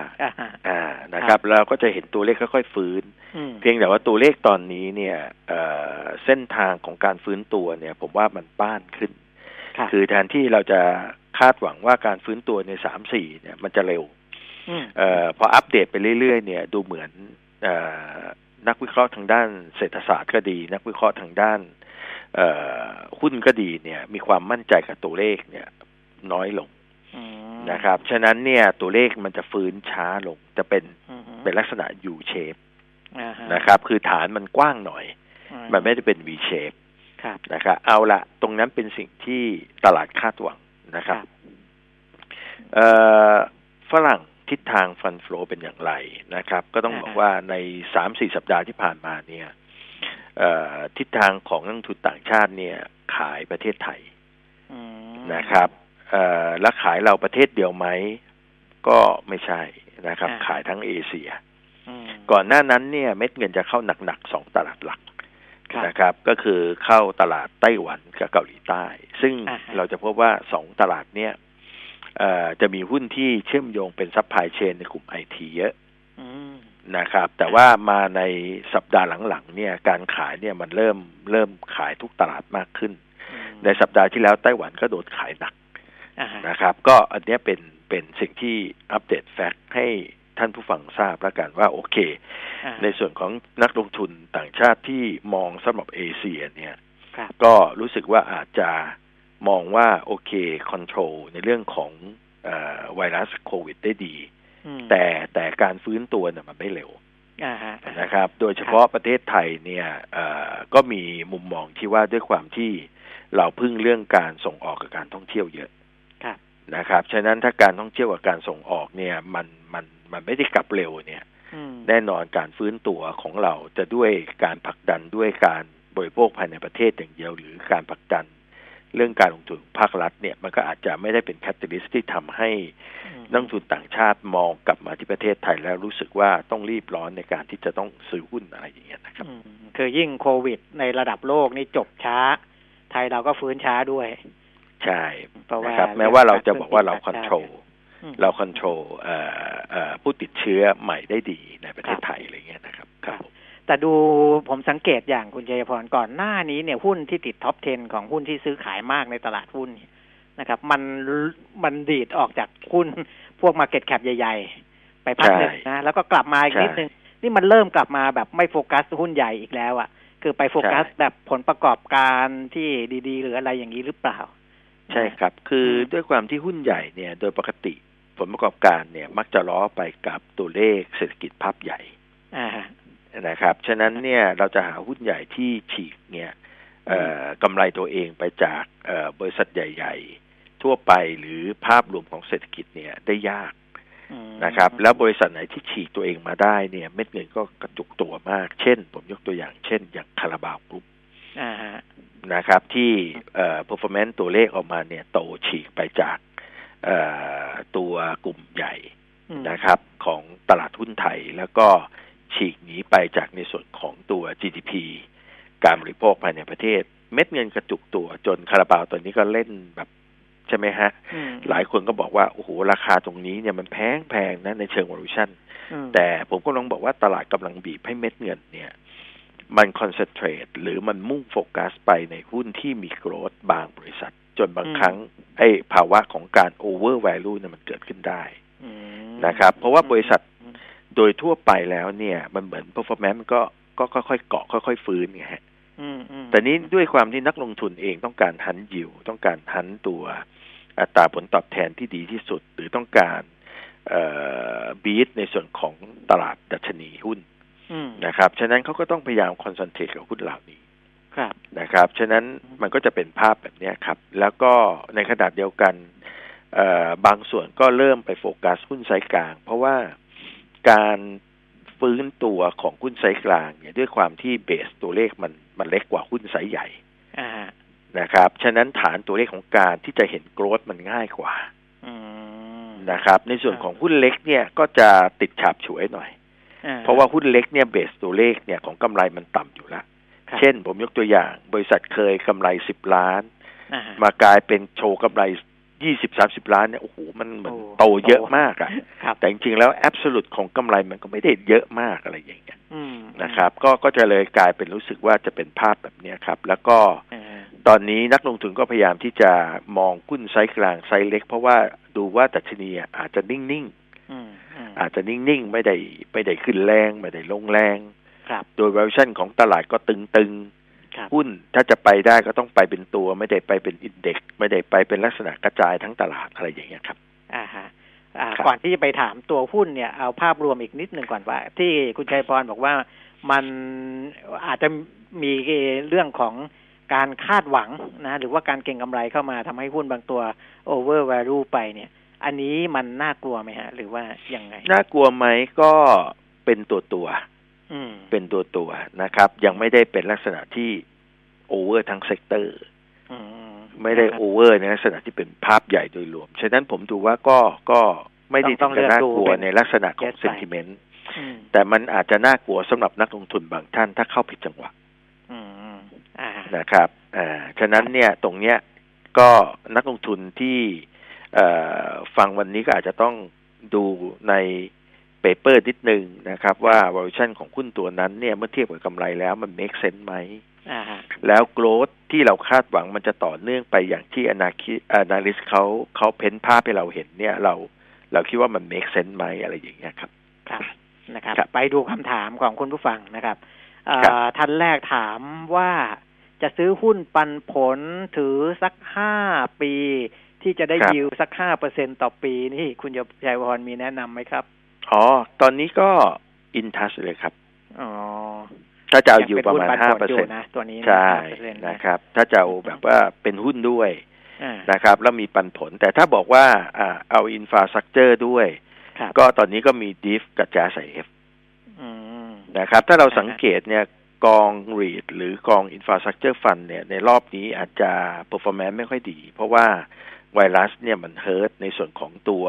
C: 2
G: นะครับแล้วก็จะเห็นตัวเลขค่อยๆฟื้นเพียงแต่ว่าตัวเลขตอนนี้เนี่ยเส้นทางของการฟื้นตัวเนี่ยผมว่ามันบ้านขึ้นคือแทนที่เราจะคาดหวังว่าการฟื้นตัวใน 3-4 เนี่ยมันจะเร็วพออัปเดตไปเรื่อยๆเนี่ยดูเหมือนนักวิเคราะห์ทางด้านเศรษฐศาสตร์ก็ดีนักวิเคราะห์ทางด้านหุ้นก็ดีเนี่ยมีความมั่นใจกับตัวเลขเนี่ยน้อยลงนะครับฉะนั้นเนี่ยตัวเลขมันจะฟื้นช้าลงจะเป็นลักษณะ U shape นะครับคือฐานมันกว้างหน่อยมันไม่ได้เป็น V shape นะครับเอาละตรงนั้นเป็นสิ่งที่ตลาดคาดหวังนะครับฝรั่งทิศทางฟันโฟลเป็นอย่างไรนะครับก็ต้องบอกว่าใน 3-4 สัปดาห์ที่ผ่านมาเนี่ยทิศทางของนักลงทุนต่างชาติเนี่ยขายประเทศไทยนะครับแล้วขายเราประเทศเดียวไหมก็ไม่ใช่นะครับขายทั้งเอเชียก่อนหน้านั้นเนี่ยเม็ดเงินจะเข้าหนักๆ2ตลาดหลักนะครับก็คือเข้าตลาดไต้หวันกับเกาหลีใต้ซึ่งเราจะพบว่า2ตลาดเนี่ยจะมีหุ้นที่เชื่อมโยงเป็นซัพพลายเชนในกลุ่ม IT เยอะนะครับแต่ว่ามาในสัปดาห์หลังๆเนี่ยการขายเนี่ยมันเริ่มขายทุกตลาดมากขึ้นในสัปดาห์ที่แล้วไต้หวันก็โดนขายหนักนะครับก็อันนี้เป็นสิ่งที่อัปเดตแฟกต์ให้ท่านผู้ฟังทราบแล้วกันว่าโอเคในส่วนของนักลงทุนต่างชาติที่มองสำหรับเอเชียเนี่ยก็รู้สึกว่าอาจจะมองว่าโอเคคอนโทรลในเรื่องของไวรัสโควิดได้ดีแต่การฟื้นตัวเนี่ยมันไม่เร็วนะครับโดยเฉพาะประเทศไทยเนี่ยก็มีมุมมองที่ว่าด้วยความที่เราพึ่งเรื่องการส่งออกกับการท่องเที่ยวเยอะนะครับฉะนั้นถ้าการท่องเที่ยวกับการส่งออกเนี่ยมันไม่ได้กลับเร็วเนี่ยแน่นอนการฟื้นตัวของเราจะด้วยการผลักดันด้วยการบริโภคภายในประเทศอย่างเดียวหรือการผลักดันเรื่องการลงทุนภาครัฐเนี่ยมันก็อาจจะไม่ได้เป็นแคตตาลิสต์ที่ทำให้นักลงทุนต่างชาติมองกลับมาที่ประเทศไทยแล้วรู้สึกว่าต้องรีบร้อนในการที่จะต้องซื้อหุ้นอะไรอย่างเงี้ยนะครับ
C: คือยิ่งโควิดในระดับโลกนี่จบช้าไทยเราก็ฟื้นช้าด้วย
G: ใช่นะครับแม้ว่าเราจะบอกว่าเราคอนโทรลผู้ติดเชื้อใหม่ได้ดีในประเทศไทยอะไรเงี้ยนะครับครับ
C: แต่ดูผมสังเกตอย่างคุณชัยพรก่อนหน้านี้เนี่ยหุ้นที่ติดท็อป 10 ของหุ้นที่ซื้อขายมากในตลาดหุ้นนะครับมันดีดออกจากหุ้นพวก market cap ใหญ่ๆไปพักนึงนะแล้วก็กลับมาอีกนิดนึงนี่มันเริ่มกลับมาแบบไม่โฟกัสหุ้นใหญ่อีกแล้วอ่ะคือไปโฟกัสแบบผลประกอบการที่ดีๆหรืออะไรอย่างนี้หรือเปล่า
G: ใช่ครับคือด้วยความที่หุ้นใหญ่เนี่ยโดยปกติผลประกอบการเนี่ยมักจะล้อไปกับตัวเลขเศรษฐกิจภาพใหญ่นะครับฉะนั้นเนี่ยเราจะหาหุ้นใหญ่ที่ฉีกเนี่ยกำไรตัวเองไปจากบริษัทใหญ่ๆทั่วไปหรือภาพรวมของเศรษฐกิจเนี่ยได้ยากนะครับแล้วบริษัทไหนที่ฉีกตัวเองมาได้เนี่ยเม็ดเงินก็กระจุกตัวมากเช่นผมยกตัวอย่างเช่นอย่างคาราบาวกรุ๊ปนะครับที่performance ตัวเลขออกมาเนี่ยโตฉีกไปจากตัวกลุ่มใหญ่นะครับของตลาดหุ้นไทยแล้วก็ฉีกหนีไปจากในส่วนของตัว GDP การบริโภคภายในประเทศเม็ดเงินกระจุกตัวจนคาราบาวตัวนี้ก็เล่นแบบใช่ไหมฮะหลายคนก็บอกว่าโอ้โหราคาตรงนี้เนี่ยมันแพงนะในเชิง valuation แต่ผมก็ลองบอกว่าตลาดกำลังบีบให้เม็ดเงินเนี่ยมันคอนเซนเทรตหรือมันมุ่งโฟกัสไปในหุ้นที่มีโกรธบางบริษัทจนบางครั้งไอ้ภาวะของการโอเวอร์แวลูเนี่ยมันเกิดขึ้นได้นะครับเพราะว่าบริษัทโดยทั่วไปแล้วเนี่ยมันเหมือน performance มันก็ค่อยๆเกาะค่อยๆฟื้นไงฮะแต่นี้ด้วยความที่นักลงทุนเองต้องการหันยิวต้องการหันตัวอัตราผลตอบแทนที่ดีที่สุดหรือต้องการบีทในส่วนของตลาดดัชนีหุ้นนะครับฉะนั้นเขาก็ต้องพยายามคอนเซนเทรตกับหุ้นเหล่านี้นะครับฉะนั้นมันก็จะเป็นภาพแบบนี้ครับแล้วก็ในขณะเดียวกันบางส่วนก็เริ่มไปโฟกัสหุ้นไซส์กลางเพราะว่าการฟื้นตัวของหุ้นไซส์กลางเนี่ยด้วยความที่เบสตัวเลขมันเล็กกว่าหุ้นไซส์ใหญ่นะครับฉะนั้นฐานตัวเลขของการที่จะเห็นโกรธมันง่ายกว่านะครับในส่วนของหุ้นเล็กเนี่ยก็จะติดฉาบฉวยหน่อยเพราะว่าหุ้นเล็กเนี่ยเบสตัวเลขเนี่ยของกำไรมันต่ำอยู่แล้วเช่นผมยกตัวอย่างบริษัทเคยกำไร10 ล้านมากลายเป็นโชว์กำไร20-30 ล้านเนี่ยโอ้โหมันโตเยอะมากอ่ะแต่จริงๆแล้วแอบสูตของกำไรมันก็ไม่ได้เยอะมากอะไรอย่างเงี้ยนะครับก็จะเลยกลายเป็นรู้สึกว่าจะเป็นภาพแบบนี้ครับแล้วก็ตอนนี้นักลงทุนก็พยายามที่จะมองหุ้นไซส์กลางไซส์เล็กเพราะว่าดูว่าดัชนีอาจจะนิ่งๆอาจจะนิ่งๆไม่ได้ขึ้นแรงไม่ได้ลงแรงโดย valuation ของตลาดก็ตึงๆหุ้นถ้าจะไปได้ก็ต้องไปเป็นตัวไม่ได้ไปเป็นอินเด็กซ์ไม่ได้ไปเป็นลักษณะกระจายทั้งตลาดอะไรอย่างเงี้ยครับ
C: ก่อนที่จะไปถามตัวหุ้นเนี่ยเอาภาพรวมอีกนิดหนึ่งก่อนว่าที่คุณชัยพรบอกว่ามันอาจจะมีเรื่องของการคาดหวังนะหรือว่าการเก็งกำไรเข้ามาทำให้หุ้นบางตัว over value ไปเนี่ยอันนี้มันน่ากลัวไหมฮะหรือว่ายังไง
G: น่ากลัวไหมก็เป็นตัวเป็นตัวนะครับยังไม่ได้เป็นลักษณะที่โอเวอร์ทั้งเซกเตอร์ไม่ได้โอเวอร์ในลักษณะที่เป็นภาพใหญ่โดยรวมฉะนั้นผมดูว่าก็ไม่ได้ถึงกับน่ากลัวในลักษณะของเซนติเมนต์แต่มันอาจจะน่ากลัวสำหรับนักลงทุนบางท่านถ้าเข้าผิดจังหวะนะครับฉะนั้นเนี่ยตรงเนี้ยก็นักลงทุนที่ฟังวันนี้ก็อาจจะต้องดูในเปเปอร์นิดนึงนะครับว่า valuation ของหุ้นตัวนั้นเนี่ยเมื่อเทียบกับกำไรแล้วมัน make sense ไหมแล้ว growth ที่เราคาดหวังมันจะต่อเนื่องไปอย่างที่ analyst เขาเพ้นภาพให้เราเห็นเนี่ยเราคิดว่ามัน make sense ไหมอะไรอย่างเงี้ยครับ
C: นะครับไปดูคำถามของคุณผู้ฟังนะครับท่านแรกถามว่าจะซื้อหุ้นปันผลถือสัก5 ปีที่จะได้ยิวสัก 5% ต่อปีนี่คุณชัยพรมีแนะนำไหมครับ
G: ตอนนี้ก็อินทัชเลยครับถ้าจะเอาอยู่ประมาณ 5%
C: นะตัวนี้
G: ใช่นะครับถ้าจะเอาแบบว่าเป็นหุ้นด้วยนะครับแล้วมีปันผลแต่ถ้าบอกว่าเอาอินฟราสตรัคเจอร์ด้วยก็ตอนนี้ก็มีดิฟกับ JASF นะครับถ้าเราสังเกตเนี่ยกอง REIT หรือกอง Infrastructure Fund เนี่ยในรอบนี้อาจจะ performance ไม่ค่อยดีเพราะว่าไวรัสเนี่ยมันเฮิร์ตในส่วนของตัว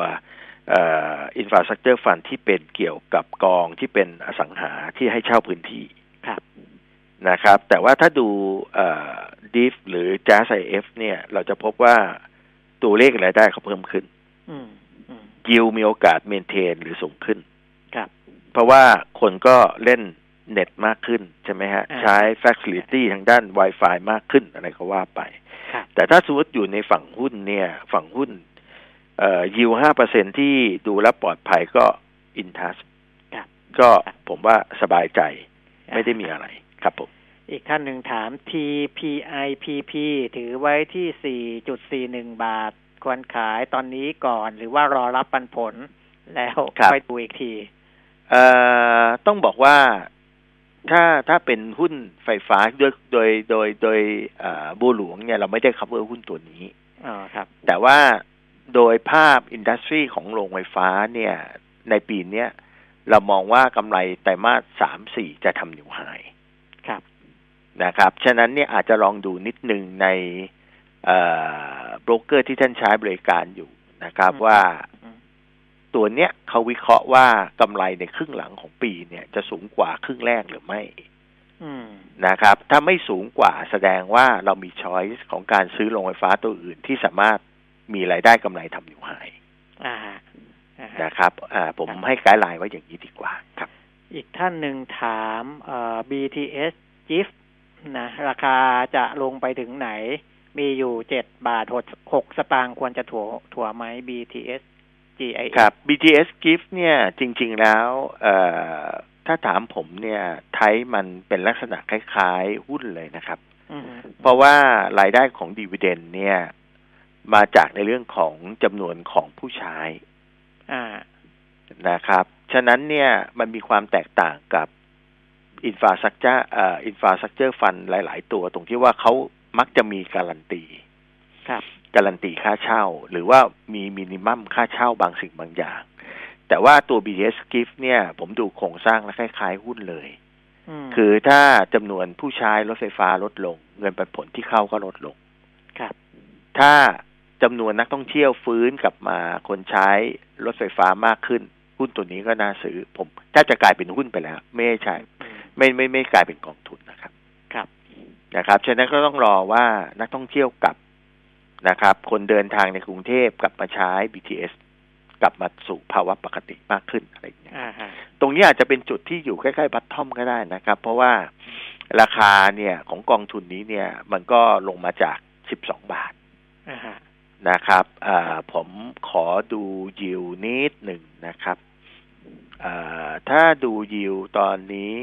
G: Infrastructure Fund ที่เป็นเกี่ยวกับกองที่เป็นอสังหาที่ให้เช่าพื้นที่นะครับแต่ว่าถ้าดูDIF หรือ Jazz IF เนี่ยเราจะพบว่าตัวเลขรายได้เขาเพิ่มขึ้นยิวมีโอกาสเมนเทนหรือสูงขึ้น
C: ครับ
G: เพราะว่าคนก็เล่นเน็ตมากขึ้นใช่ไหมฮะใช้ facility ทางด้าน Wi-Fi มากขึ้นอะไรก็ว่าไปแต่ถ้าสมมติอยู่ในฝั่งหุ้นเนี่ยฝั่งหุ้นยิว 5% ที่ดูแลปลอดภัยก็อินทัสก็ผมว่าสบายใจไม่ได้มีอะไรครับผม
C: อีกท่านหนึ่งถาม TPIPP ถือไว้ที่ 4.41 บาทควรขายตอนนี้ก่อนหรือว่ารอรับปันผลแล้วค่อยดูอีกที
G: ต้องบอกว่าถ้าเป็นหุ้นไฟฟ้าโดยบัวหลวงเนี่ยเราไม่ได้ cover หุ้นตัวนี้
C: ครับ
G: แต่ว่าโดยภาพอินดัสทรีของโรงไฟฟ้าเนี่ยในปีนี้เรามองว่ากำไรไตรมาส 3-4 จะทำนิวไฮ
C: ครับ
G: นะครับฉะนั้นเนี่ยอาจจะลองดูนิดนึงในโบรกเกอร์ที่ท่านใช้บริการอยู่นะครับว่าตัวเนี้ยเขาวิเคราะห์ว่ากำไรในครึ่งหลังของปีเนี่ยจะสูงกว่าครึ่งแรกหรือไม่นะครับถ้าไม่สูงกว่าแสดงว่าเรามีช้อยส์ของการซื้อโรงไฟฟ้าตัวอื่นที่สามารถมีรายได้กำไรทำนิวไฮนะครับผมให้ไกด์ไลน์ไว้อย่างนี้ดีกว่าครับ
C: อีกท่านหนึ่งถามBTS GIF นะราคาจะลงไปถึงไหนมีอยู่7 บาท 6 สตางค์ควรจะถั่วไหม BTS GIF
G: ครับ BTS GIF เนี่ยจริงๆแล้วถ้าถามผมเนี่ยไทยมันเป็นลักษณะคล้ายๆหุ้นเลยนะครับเพราะว่ารายได้ของดิวิเดนด์เนี่ยมาจากในเรื่องของจำนวนของผู้ใช้นะครับฉะนั้นเนี่ยมันมีความแตกต่างกับinfrastructure fund หลายๆตัวตรงที่ว่าเขามักจะมีการันตีการันตีค่าเช่าหรือว่ามีมินิมัมค่าเช่าบางสิ่งบางอย่างแต่ว่าตัว BTS Gift เนี่ยผมดูโครงสร้างและคล้ายๆหุ้นเลยคือถ้าจำนวนผู้ใช้รถไฟฟ้าลดลงเงินปันผลที่เข้าก็ลดลงถ้าจำนวนนักท่องเที่ยวฟื้นกลับมาคนใช้รถไฟฟ้ามากขึ้นหุ้นตัวนี้ก็น่าซื้อผมถ้าจะกลายเป็นหุ้นไปแล้วไม่ใช่ไม่กลายเป็นกองทุนนะครับนะครับฉะนั้นก็ต้องรอว่านักท่องเที่ยวกลับนะครับคนเดินทางในกรุงเทพกลับมาใช้ BTS กลับมาสู่ภาวะปกติมากขึ้นอะไรอย่างเงี้ยตรงนี้อาจจะเป็นจุดที่อยู่ใกล้ๆบัตทอมก็ได้นะครับเพราะว่าราคาเนี่ยของกองทุนนี้เนี่ยมันก็ลงมาจาก12 บาทนะครับผมขอดูยิวนิดหนึ่งนะครับถ้าดูยิวตอนนี้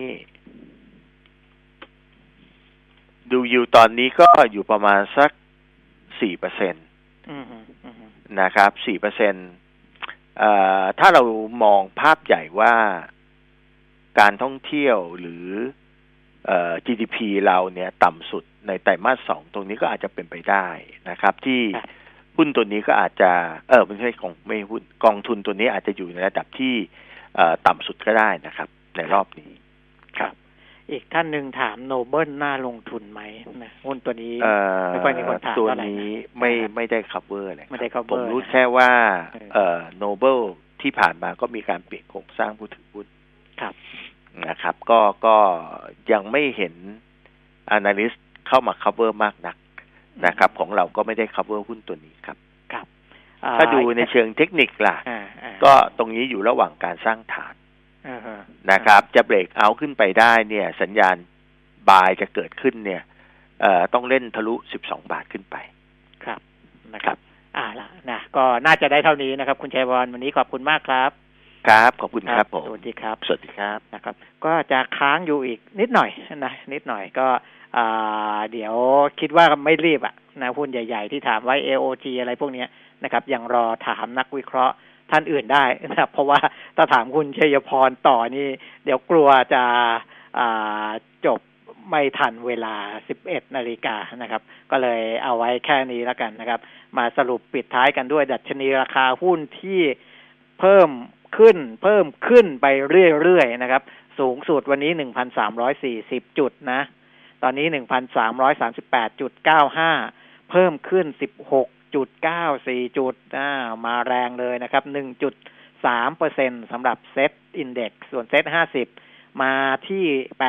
G: ก็อยู่ประมาณสัก 4% นะครับ 4% ถ้าเรามองภาพใหญ่ว่าการท่องเที่ยวหรือ GDP เราเนี่ยต่ำสุดในไตรมาส 2ตรงนี้ก็อาจจะเป็นไปได้นะครับที่หุ้นตัวนี้ก็อาจจะไม่ใช่ไม่หุ้นกองทุนตัวนี้อาจจะอยู่ในระดับที่ต่ำสุดก็ได้นะครับในรอบนี้ครับ
C: อีกท่านหนึ่งถามโนเบิลน่าลงทุนไหมนะหุ้นตัวนี้ไม่ค่อยมีคนถาม
G: ตัวนี้ไม่ได้ cover เลย
C: ไม่ได้ cover
G: ผมรู้แค่ว่าโนเบิลที่ผ่านมาก็มีการเปลี่ยนโครงสร้างผู้ถือหุ้นนะครับก็ยังไม่เห็น analyst เข้ามา cover มากนักนะครับของเราก็ไม่ได้ cover หุ้นตัวนี้ครับถ้าดูในเชิงเทคนิคล่ะก็ตรงนี้อยู่ระหว่างการสร้างฐานนะครับจะเบรกเอาท์ขึ้นไปได้เนี่ยสัญญาณบายจะเกิดขึ้นเนี่ยต้องเล่นทะลุ12 บาทขึ้นไป
C: ครับนะครับล่ะนะก็น่าจะได้เท่านี้นะครับคุณชัยวรวันนี้ขอบคุณมากครับ
G: ครับขอบคุณครับผม
C: สวัสดีครับ
G: สวัสดีครับ
C: นะครับก็จะค้างอยู่อีกนิดหน่อยนะนิดหน่อยก็เดี๋ยวคิดว่าไม่รีบนะหุ้นใหญ่ๆที่ถามไว้ AOG อะไรพวกนี้นะครับยังรอถามนักวิเคราะห์ท่านอื่นได้นะครับเพราะว่าถ้าถามคุณชัยพรต่อนี่เดี๋ยวกลัวจะจบไม่ทันเวลา 11 นาฬิกานะครับก็เลยเอาไว้แค่นี้แล้วกันนะครับมาสรุปปิดท้ายกันด้วยดัชนีราคาหุ้นที่เพิ่มขึ้นไปเรื่อยๆนะครับสูงสุดวันนี้ 1,340 จุดนะตอนนี้ 1,338.95 เพิ่มขึ้น 16.94 จุดมาแรงเลยนะครับ 1.3% สำหรับเซ็ตอินเด็กซ์ส่วนเซ็ต50 มาที่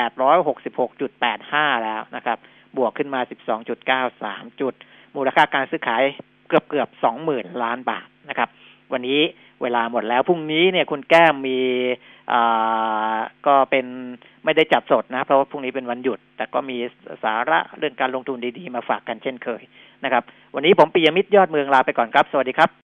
C: 866.85 แล้วนะครับบวกขึ้นมา 12.93 จุดมูลค่าการซื้อขายเกือบ 20,000 ล้านบาทนะครับวันนี้เวลาหมดแล้วพรุ่งนี้เนี่ยคุณแก้มมีก็เป็นไม่ได้จัดสดนะเพราะว่าพรุ่งนี้เป็นวันหยุดแต่ก็มีสาระเรื่องการลงทุนดีๆมาฝากกันเช่นเคยนะครับวันนี้ผมปิยมิตรยอดเมืองลาไปก่อนครับสวัสดีครับ